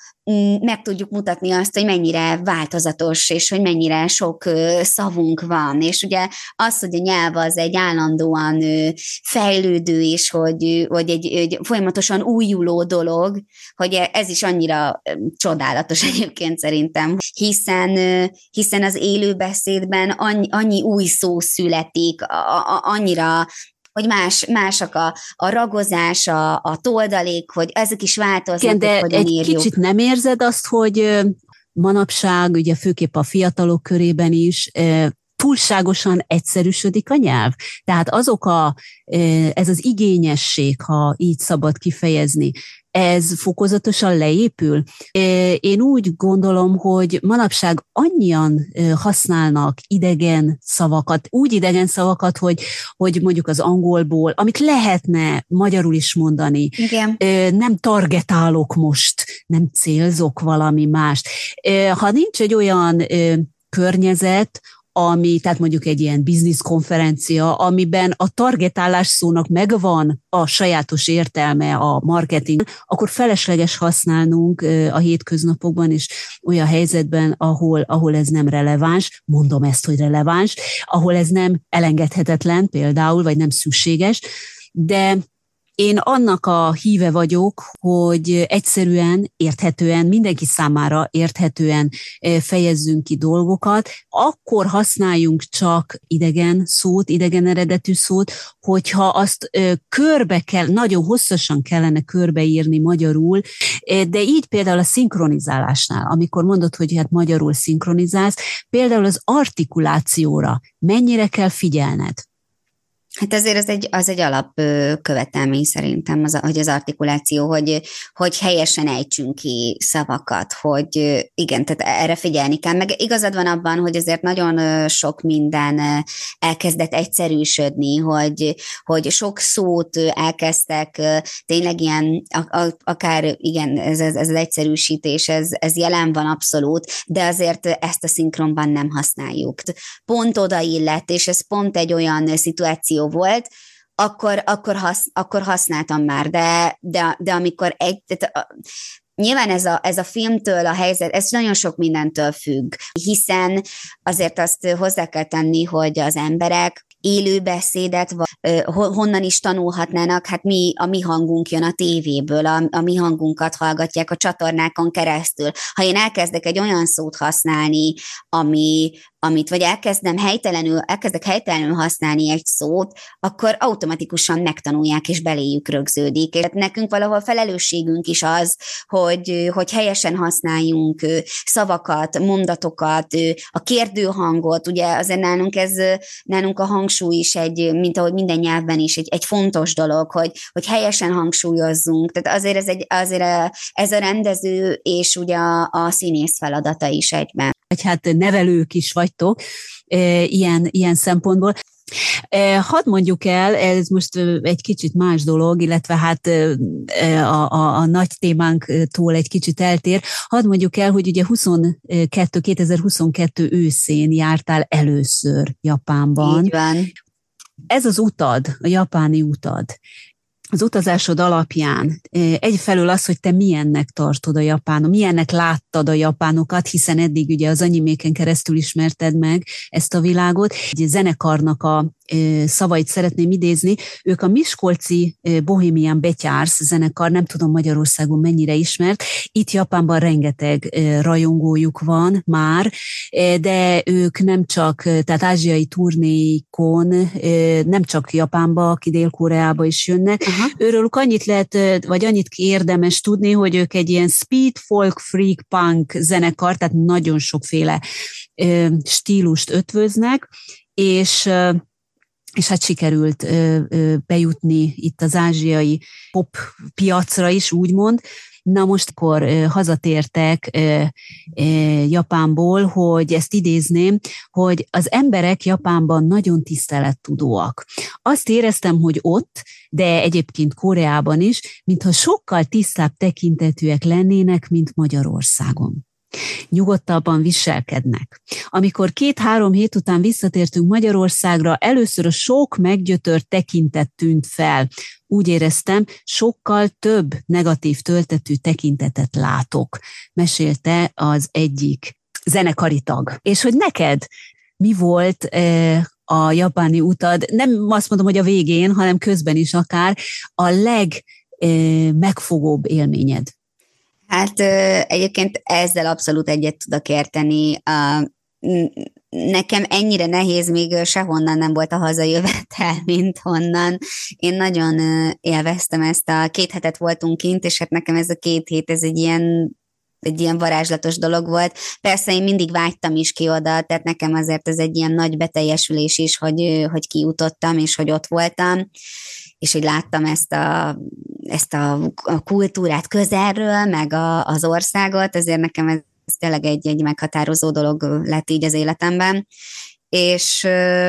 meg tudjuk mutatni azt, hogy mennyire változatos, és hogy mennyire sok szavunk van, és ugye az, hogy a nyelv az egy állandóan fejlődő, és hogy, hogy egy, egy folyamatosan újuló dolog, hogy ez is annyira csodálatos egyébként szerintem, hiszen, hiszen az élőbeszédben annyi, annyi új szó születik, a, a, annyira hogy más, másak a, a ragozás, a, a toldalék, hogy ezek is változnak. Igen, de hogy egy írjuk. Kicsit nem érzed azt, hogy manapság, ugye főképp a fiatalok körében is, túlságosan egyszerűsödik a nyelv? Tehát azok a, ez az igényesség, ha így szabad kifejezni, ez fokozatosan leépül. Én úgy gondolom, hogy manapság annyian használnak idegen szavakat, úgy idegen szavakat, hogy, hogy mondjuk az angolból, amit lehetne magyarul is mondani. Igen. Nem targetálok most, nem célzok valami mást. Ha nincs egy olyan környezet, ami, tehát mondjuk egy ilyen bizniszkonferencia, amiben a targetálás szónak megvan a sajátos értelme a marketing, akkor felesleges használnunk a hétköznapokban és olyan helyzetben, ahol, ahol ez nem releváns, mondom ezt, hogy releváns, ahol ez nem elengedhetetlen például, vagy nem szükséges, de én annak a híve vagyok, hogy egyszerűen, érthetően, mindenki számára érthetően fejezzünk ki dolgokat, akkor használjunk csak idegen szót, idegen eredetű szót, hogyha azt körbe kell, nagyon hosszasan kellene körbeírni magyarul, de így például a szinkronizálásnál, amikor mondod, hogy hát magyarul szinkronizálsz, például az artikulációra mennyire kell figyelned? Hát azért az egy, az egy alapkövetelmény szerintem, az, hogy az artikuláció, hogy, hogy helyesen ejtsünk ki szavakat, hogy igen, tehát erre figyelni kell. Meg igazad van abban, hogy azért nagyon sok minden elkezdett egyszerűsödni, hogy, hogy sok szót elkezdtek tényleg ilyen, akár igen, ez, ez az egyszerűsítés, ez, ez jelen van abszolút, de azért ezt a szinkronban nem használjuk. Pont oda illett, és ez pont egy olyan szituáció volt, akkor, akkor, hasz, akkor használtam már, de, de, de amikor egy, tehát, nyilván ez a, ez a filmtől a helyzet, ez nagyon sok mindentől függ, hiszen azért azt hozzá kell tenni, hogy az emberek élő beszédet, vagy honnan is tanulhatnának, hát mi, a mi hangunk jön a tévéből, a, a mi hangunkat hallgatják a csatornákon keresztül. Ha én elkezdek egy olyan szót használni, ami, amit, vagy elkezdem helytelenül, elkezdek helytelenül használni egy szót, akkor automatikusan megtanulják, és beléjük rögződik. És nekünk valahol felelősségünk is az, hogy, hogy helyesen használjunk szavakat, mondatokat, a kérdőhangot, ugye azért nálunk ez, nálunk a hangsúly is egy, mint ahogy minden nyelvben is, egy, egy fontos dolog, hogy, hogy helyesen hangsúlyozzunk. Tehát azért ez, egy, azért ez a rendező és ugye a, a színész feladata is egyben. Vagy hát nevelők is vagytok e, ilyen, ilyen szempontból. E, hadd mondjuk el, ez most egy kicsit más dolog, illetve hát e, a, a, a nagy témánktól egy kicsit eltér. Hadd mondjuk el, hogy ugye huszonkettő, kétezer-huszonkettő őszén jártál először Japánban. Így van. Ez az utad, a japáni utad, az utazásod alapján egyfelől az, hogy te milyennek tartod a japánok, milyennek láttad a japánokat, hiszen eddig ugye az animéken keresztül ismerted meg ezt a világot. Egy zenekarnak a szavait szeretném idézni, ők a miskolci Bohemian Betyársz zenekar, nem tudom Magyarországon mennyire ismert, itt Japánban rengeteg rajongójuk van már, de ők nem csak, tehát ázsiai turnéikon nem csak Japánba, aki Dél-Koreába is jönnek. Aha. Őrőlük annyit lehet, vagy annyit érdemes tudni, hogy ők egy ilyen speed, folk, freak, punk zenekar, tehát nagyon sokféle stílust ötvöznek, és és hát sikerült ö, ö, bejutni itt az ázsiai pop piacra is, úgymond. Na most akkor ö, hazatértek ö, ö, Japánból, hogy ezt idézném, hogy az emberek Japánban nagyon tisztelettudóak. Azt éreztem, hogy ott, de egyébként Koreában is, mintha sokkal tisztább tekintetűek lennének, mint Magyarországon. Nyugodtabban viselkednek. Amikor két-három hét után visszatértünk Magyarországra, először a sok meggyötört tekintet tűnt fel. Úgy éreztem, sokkal több negatív töltetű tekintetet látok, mesélte az egyik zenekari tag. És hogy neked mi volt e, a japáni utad, nem azt mondom, hogy a végén, hanem közben is akár, a legmegfogóbb élményed? Hát egyébként ezzel abszolút egyet tudok érteni. Nekem ennyire nehéz még sehonnan nem volt a hazajövetel, mint honnan. Én nagyon élveztem ezt a két hetet voltunk kint, és hát nekem ez a két hét, ez egy ilyen, egy ilyen varázslatos dolog volt. Persze én mindig vágytam is ki oda, tehát nekem azért ez egy ilyen nagy beteljesülés is, hogy, hogy kijutottam, és hogy ott voltam, és hogy láttam ezt a, ezt a kultúrát közelről, meg a, az országot, ezért nekem ez, ez tényleg egy, egy meghatározó dolog lett így az életemben. És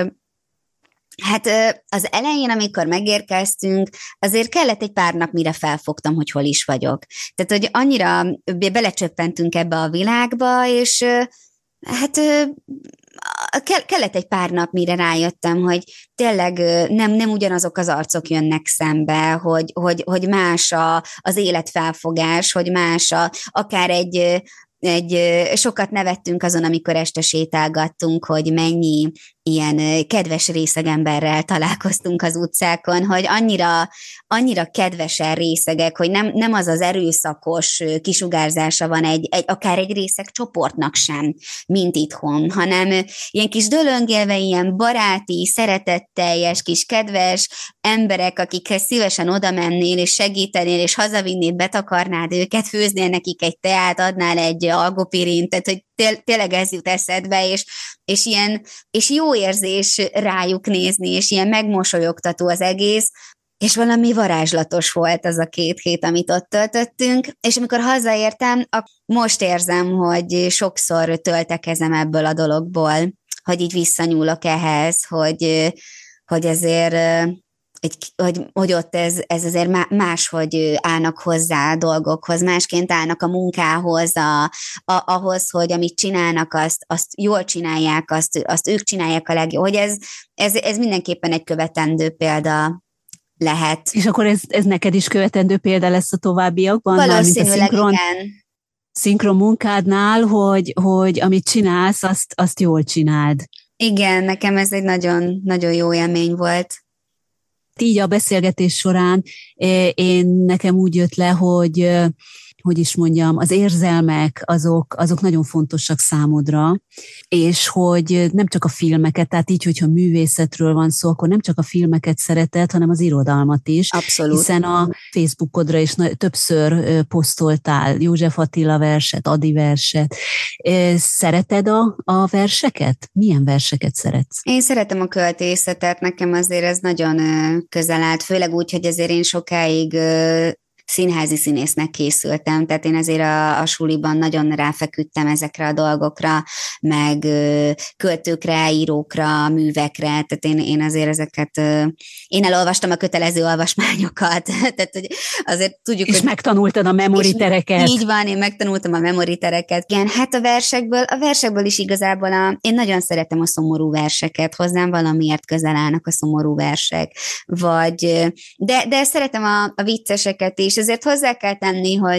hát az elején, amikor megérkeztünk, azért kellett egy pár nap, mire felfogtam, hogy hol is vagyok. Tehát, hogy annyira belecsöppentünk ebbe a világba, és hát kellett egy pár nap, mire rájöttem, hogy tényleg nem, nem ugyanazok az arcok jönnek szembe, hogy, hogy, hogy más a, az életfelfogás, hogy más a, akár egy, egy, sokat nevettünk azon, amikor este sétálgattunk, hogy mennyi ilyen kedves részegemberrel találkoztunk az utcákon, hogy annyira, annyira kedvesen részegek, hogy nem, nem az az erőszakos kisugárzása van egy, egy, akár egy részeg csoportnak sem, mint itthon, hanem ilyen kis dölöngélve, ilyen baráti, szeretetteljes, kis kedves emberek, akikhez szívesen oda mennél, és segítenél, és hazavinnéd, betakarnád őket, főznél nekik egy teát, adnál egy algopirint, tehát hogy té- tényleg ez jut eszedbe, és, és, ilyen, és jó érzés rájuk nézni, és ilyen megmosolyogtató az egész, és valami varázslatos volt az a két hét, amit ott töltöttünk, és amikor hazaértem, most érzem, hogy sokszor töltekezem ebből a dologból, hogy így visszanyúlok ehhez, hogy, hogy ezért, hogy, hogy, hogy ott ez, ez azért máshogy állnak hozzá a dolgokhoz, másként állnak a munkához, a, a, ahhoz, hogy amit csinálnak, azt, azt jól csinálják, azt, azt ők csinálják a legjobb, hogy ez, ez, ez mindenképpen egy követendő példa lehet. És akkor ez, ez neked is követendő példa lesz a továbbiakban? Valószínűleg szinkron, igen. Szinkron munkádnál, hogy, hogy amit csinálsz, azt, azt jól csináld. Igen, nekem ez egy nagyon, nagyon jó élmény volt. Így a beszélgetés során én nekem úgy jött le, hogy hogy is mondjam, az érzelmek azok, azok nagyon fontosak számodra, és hogy nem csak a filmeket, tehát így, hogyha művészetről van szó, akkor nem csak a filmeket szereted, hanem az irodalmat is. Abszolút. Hiszen a Facebookodra is többször posztoltál József Attila verset, Ady verset. Szereted a, a verseket? Milyen verseket szeretsz? Én szeretem a költészetet, nekem azért ez nagyon közel állt, főleg úgy, hogy azért én sokáig színházi színésznek készültem, tehát én ezért a, a suliban nagyon ráfeküdtem ezekre a dolgokra, meg ö, költőkre, írókra, művekre, tehát én, én azért ezeket, ö, én elolvastam a kötelező olvasmányokat, tehát hogy azért tudjuk, és hogy... megtanultad a memoritereket. Így van, én megtanultam a memoritereket. Igen, hát a versekből, a versekből is igazából a, én nagyon szeretem a szomorú verseket, hozzám valamiért közel állnak a szomorú versek, vagy, de, de szeretem a, a vicceseket is, és ezért hozzá kell tenni, hogy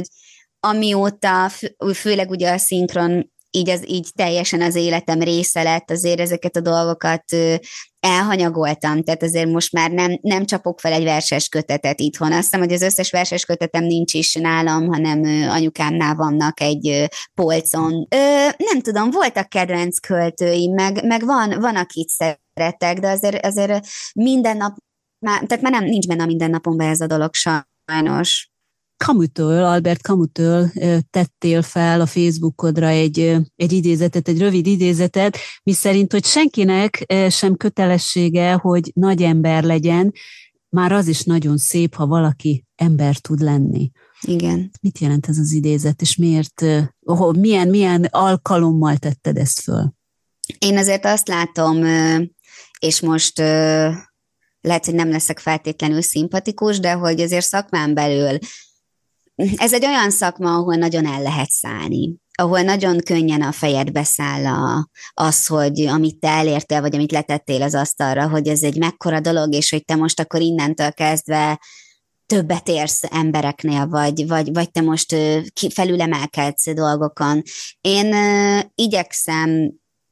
amióta, főleg ugye a szinkron így, az, így teljesen az életem része lett, azért ezeket a dolgokat elhanyagoltam, tehát azért most már nem, nem csapok fel egy verses kötetet itthon. Azt hiszem, hogy az összes verses kötetem nincs is nálam, hanem anyukámnál vannak egy polcon. Ö, nem tudom, voltak kedvenc költőim, meg, meg van, van, akit szeretek, de azért, azért minden nap, már, tehát már nem, nincs benne a mindennapomban ez a dolog sajnos. Camus-től, Albert Camus-től tettél fel a Facebookodra egy, egy idézetet, egy rövid idézetet, miszerint, hogy senkinek sem kötelessége, hogy nagy ember legyen, már az is nagyon szép, ha valaki ember tud lenni. Igen. Mit jelent ez az idézet, és miért, oh, milyen, milyen alkalommal tetted ezt föl? Én azért azt látom, és most lehet, hogy nem leszek feltétlenül szimpatikus, de hogy azért szakmán belül ez egy olyan szakma, ahol nagyon el lehet szállni, ahol nagyon könnyen a fejedbe száll a, az, hogy amit te elértél, vagy amit letettél az asztalra, hogy ez egy mekkora dolog, és hogy te most akkor innentől kezdve többet érsz embereknél, vagy, vagy, vagy te most felülemelkedsz dolgokon. Én uh, igyekszem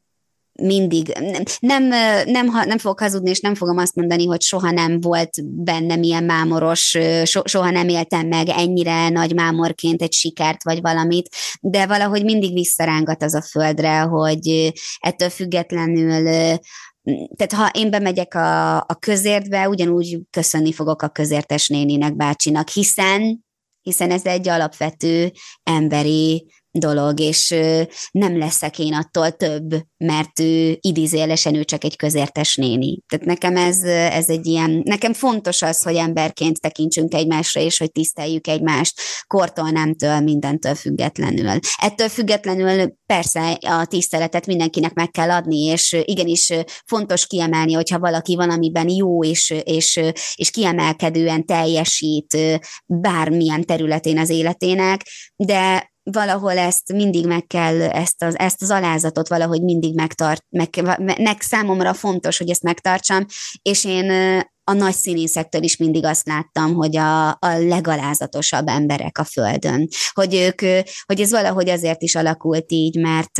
mindig, nem, nem, nem fogok hazudni, és nem fogom azt mondani, hogy soha nem volt bennem ilyen mámoros, so, soha nem éltem meg ennyire nagy mámorként egy sikert, vagy valamit, de valahogy mindig visszarángat az a földre, hogy ettől függetlenül, tehát ha én bemegyek a, a közértbe, ugyanúgy köszönni fogok a közértes néninek, bácsinak, hiszen, hiszen ez egy alapvető emberi dolog, és nem leszek én attól több, mert ő idézőjelesen ő csak egy közértes néni. Tehát nekem ez, ez egy ilyen, nekem fontos az, hogy emberként tekintsünk egymásra, és hogy tiszteljük egymást, kortól, nemtől, mindentől függetlenül. Ettől függetlenül persze a tiszteletet mindenkinek meg kell adni, és igenis fontos kiemelni, hogyha valaki valamiben jó, és, és, és kiemelkedően teljesít bármilyen területén az életének, de valahol ezt mindig meg kell, ezt az, ezt az alázatot valahogy mindig megtart, meg, meg számomra fontos, hogy ezt megtartsam, és én a nagy színészektől is mindig azt láttam, hogy a, a legalázatosabb emberek a földön, hogy ők, hogy ez valahogy azért is alakult így, mert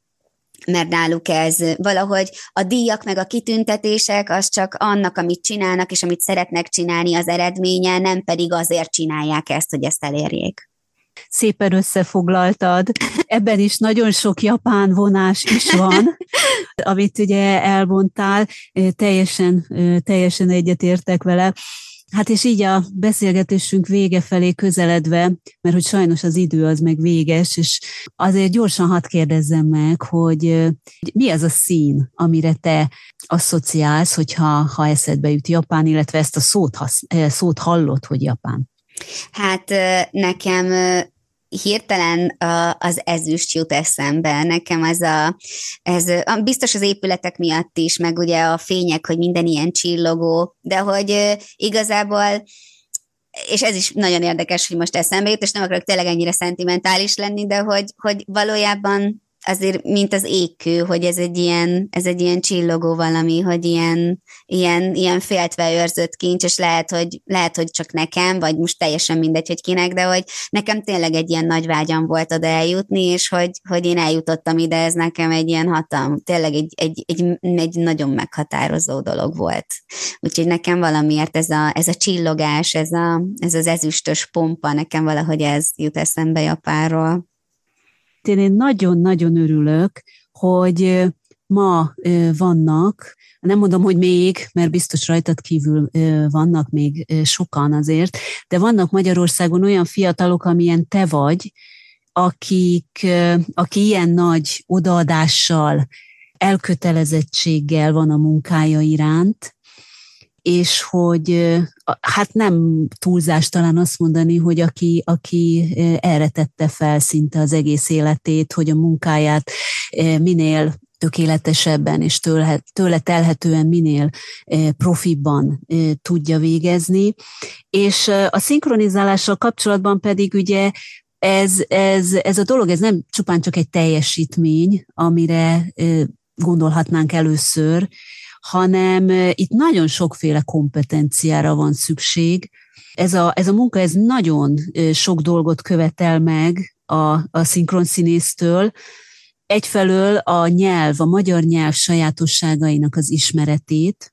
mert náluk ez valahogy a díjak meg a kitüntetések az csak annak, amit csinálnak, és amit szeretnek csinálni az eredménye, nem pedig azért csinálják ezt, hogy ezt elérjék. Szépen összefoglaltad. Ebben is nagyon sok japán vonás is van, amit ugye elmondtál, teljesen, teljesen egyetértek vele. Hát és így a beszélgetésünk vége felé közeledve, mert hogy sajnos az idő az meg véges, és azért gyorsan hadd kérdezzem meg, hogy mi az a szín, amire te asszociálsz, hogyha ha eszedbe jut Japán, illetve ezt a szót, hasz, szót hallod, hogy Japán? Hát nekem hirtelen az ezüst jut eszembe. Nekem az a, ez biztos az épületek miatt is, meg ugye a fények, hogy minden ilyen csillogó, de hogy igazából, és ez is nagyon érdekes, hogy most eszembe jut, és nem akarok tényleg ennyire szentimentális lenni, de hogy, hogy valójában azért, mint az égkő, hogy ez egy ilyen, ez egy ilyen csillogó valami, hogy ilyen, ilyen, ilyen féltve őrzött kincs, és lehet hogy, lehet, hogy csak nekem, vagy most teljesen mindegy, hogy kinek, de hogy nekem tényleg egy ilyen nagy vágyam volt oda eljutni, és hogy, hogy én eljutottam ide, ez nekem egy ilyen hatalm, tényleg egy, egy, egy, egy nagyon meghatározó dolog volt. Úgyhogy nekem valamiért ez a, ez a csillogás, ez, a, ez az ezüstös pompa, nekem valahogy ez jut eszembe Japánról. Én nagyon-nagyon örülök, hogy ma vannak, nem mondom, hogy még, mert biztos rajtad kívül vannak még sokan azért, de vannak Magyarországon olyan fiatalok, amilyen te vagy, akik, aki ilyen nagy odaadással, elkötelezettséggel van a munkája iránt, és hogy hát nem túlzás talán azt mondani, hogy aki, aki erre tette fel szinte az egész életét, hogy a munkáját minél tökéletesebben és tőle, tőle telhetően minél profibban tudja végezni. És a szinkronizálással kapcsolatban pedig ugye ez, ez, ez a dolog, ez nem csupán csak egy teljesítmény, amire gondolhatnánk először, hanem itt nagyon sokféle kompetenciára van szükség. Ez a, ez a munka ez nagyon sok dolgot követel meg a, a szinkronszínésztől. Egyfelől a nyelv, a magyar nyelv sajátosságainak az ismeretét,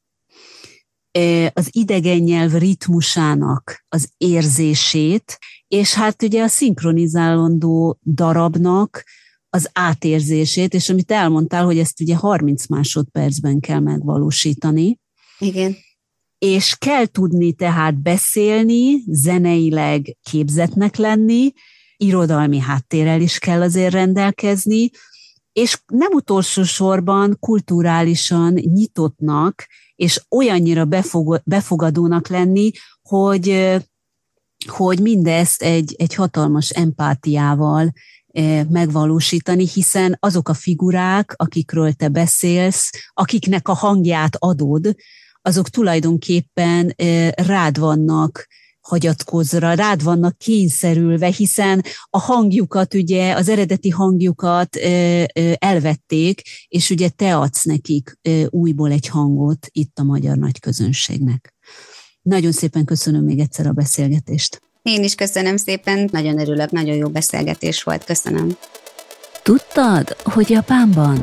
az idegen nyelv ritmusának az érzését, és hát ugye a szinkronizálandó darabnak az átérzését, és amit elmondtál, hogy ezt ugye harminc másodpercben kell megvalósítani. Igen. És kell tudni tehát beszélni, zeneileg képzettnek lenni, irodalmi háttérrel is kell azért rendelkezni, és nem utolsó sorban kulturálisan nyitottnak, és olyannyira befogadónak lenni, hogy, hogy mindezt egy, egy hatalmas empátiával megvalósítani, hiszen azok a figurák, akikről te beszélsz, akiknek a hangját adod, azok tulajdonképpen rád vannak hagyatkozva, rád vannak kényszerülve, hiszen a hangjukat, ugye az eredeti hangjukat elvették, és ugye te adsz nekik újból egy hangot itt a magyar nagyközönségnek. Nagyon szépen köszönöm még egyszer a beszélgetést. Én is köszönöm szépen, nagyon örülök, nagyon jó beszélgetés volt, köszönöm. Tudtad, hogy Japánban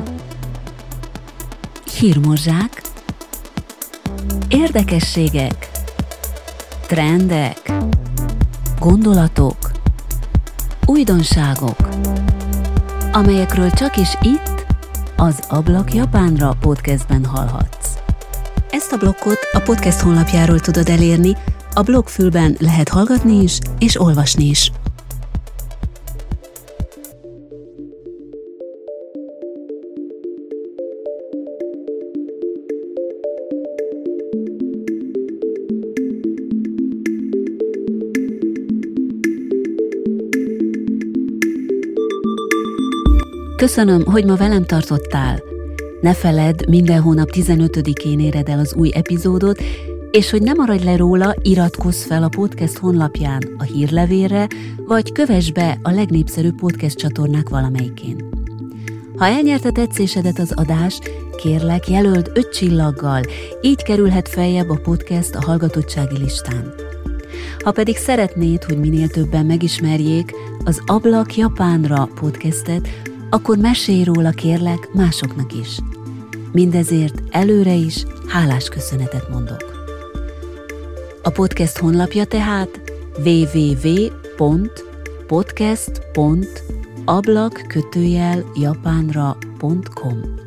hírmorzsák, érdekességek, trendek, gondolatok, újdonságok, amelyekről csak is itt, az Ablak Japánra podcastben hallhatsz. Ezt a blokkot a podcast honlapjáról tudod elérni, a blogfülben lehet hallgatni is, és olvasni is. Köszönöm, hogy ma velem tartottál. Ne feledd, minden hónap tizenötödikén éred el az új epizódot, és hogy ne maradj le róla, iratkozz fel a podcast honlapján a hírlevélre, vagy kövess be a legnépszerűbb podcast csatornák valamelyikén. Ha elnyerte tetszésedet az adás, kérlek, jelöld öt csillaggal, így kerülhet feljebb a podcast a hallgatottsági listán. Ha pedig szeretnéd, hogy minél többen megismerjék az Ablak Japánra podcastet, akkor mesélj róla, kérlek, másoknak is. Mindezért előre is hálás köszönetet mondok. A podcast honlapja tehát double-u double-u double-u pont podcast pont ablak kötőjel japánra pont com.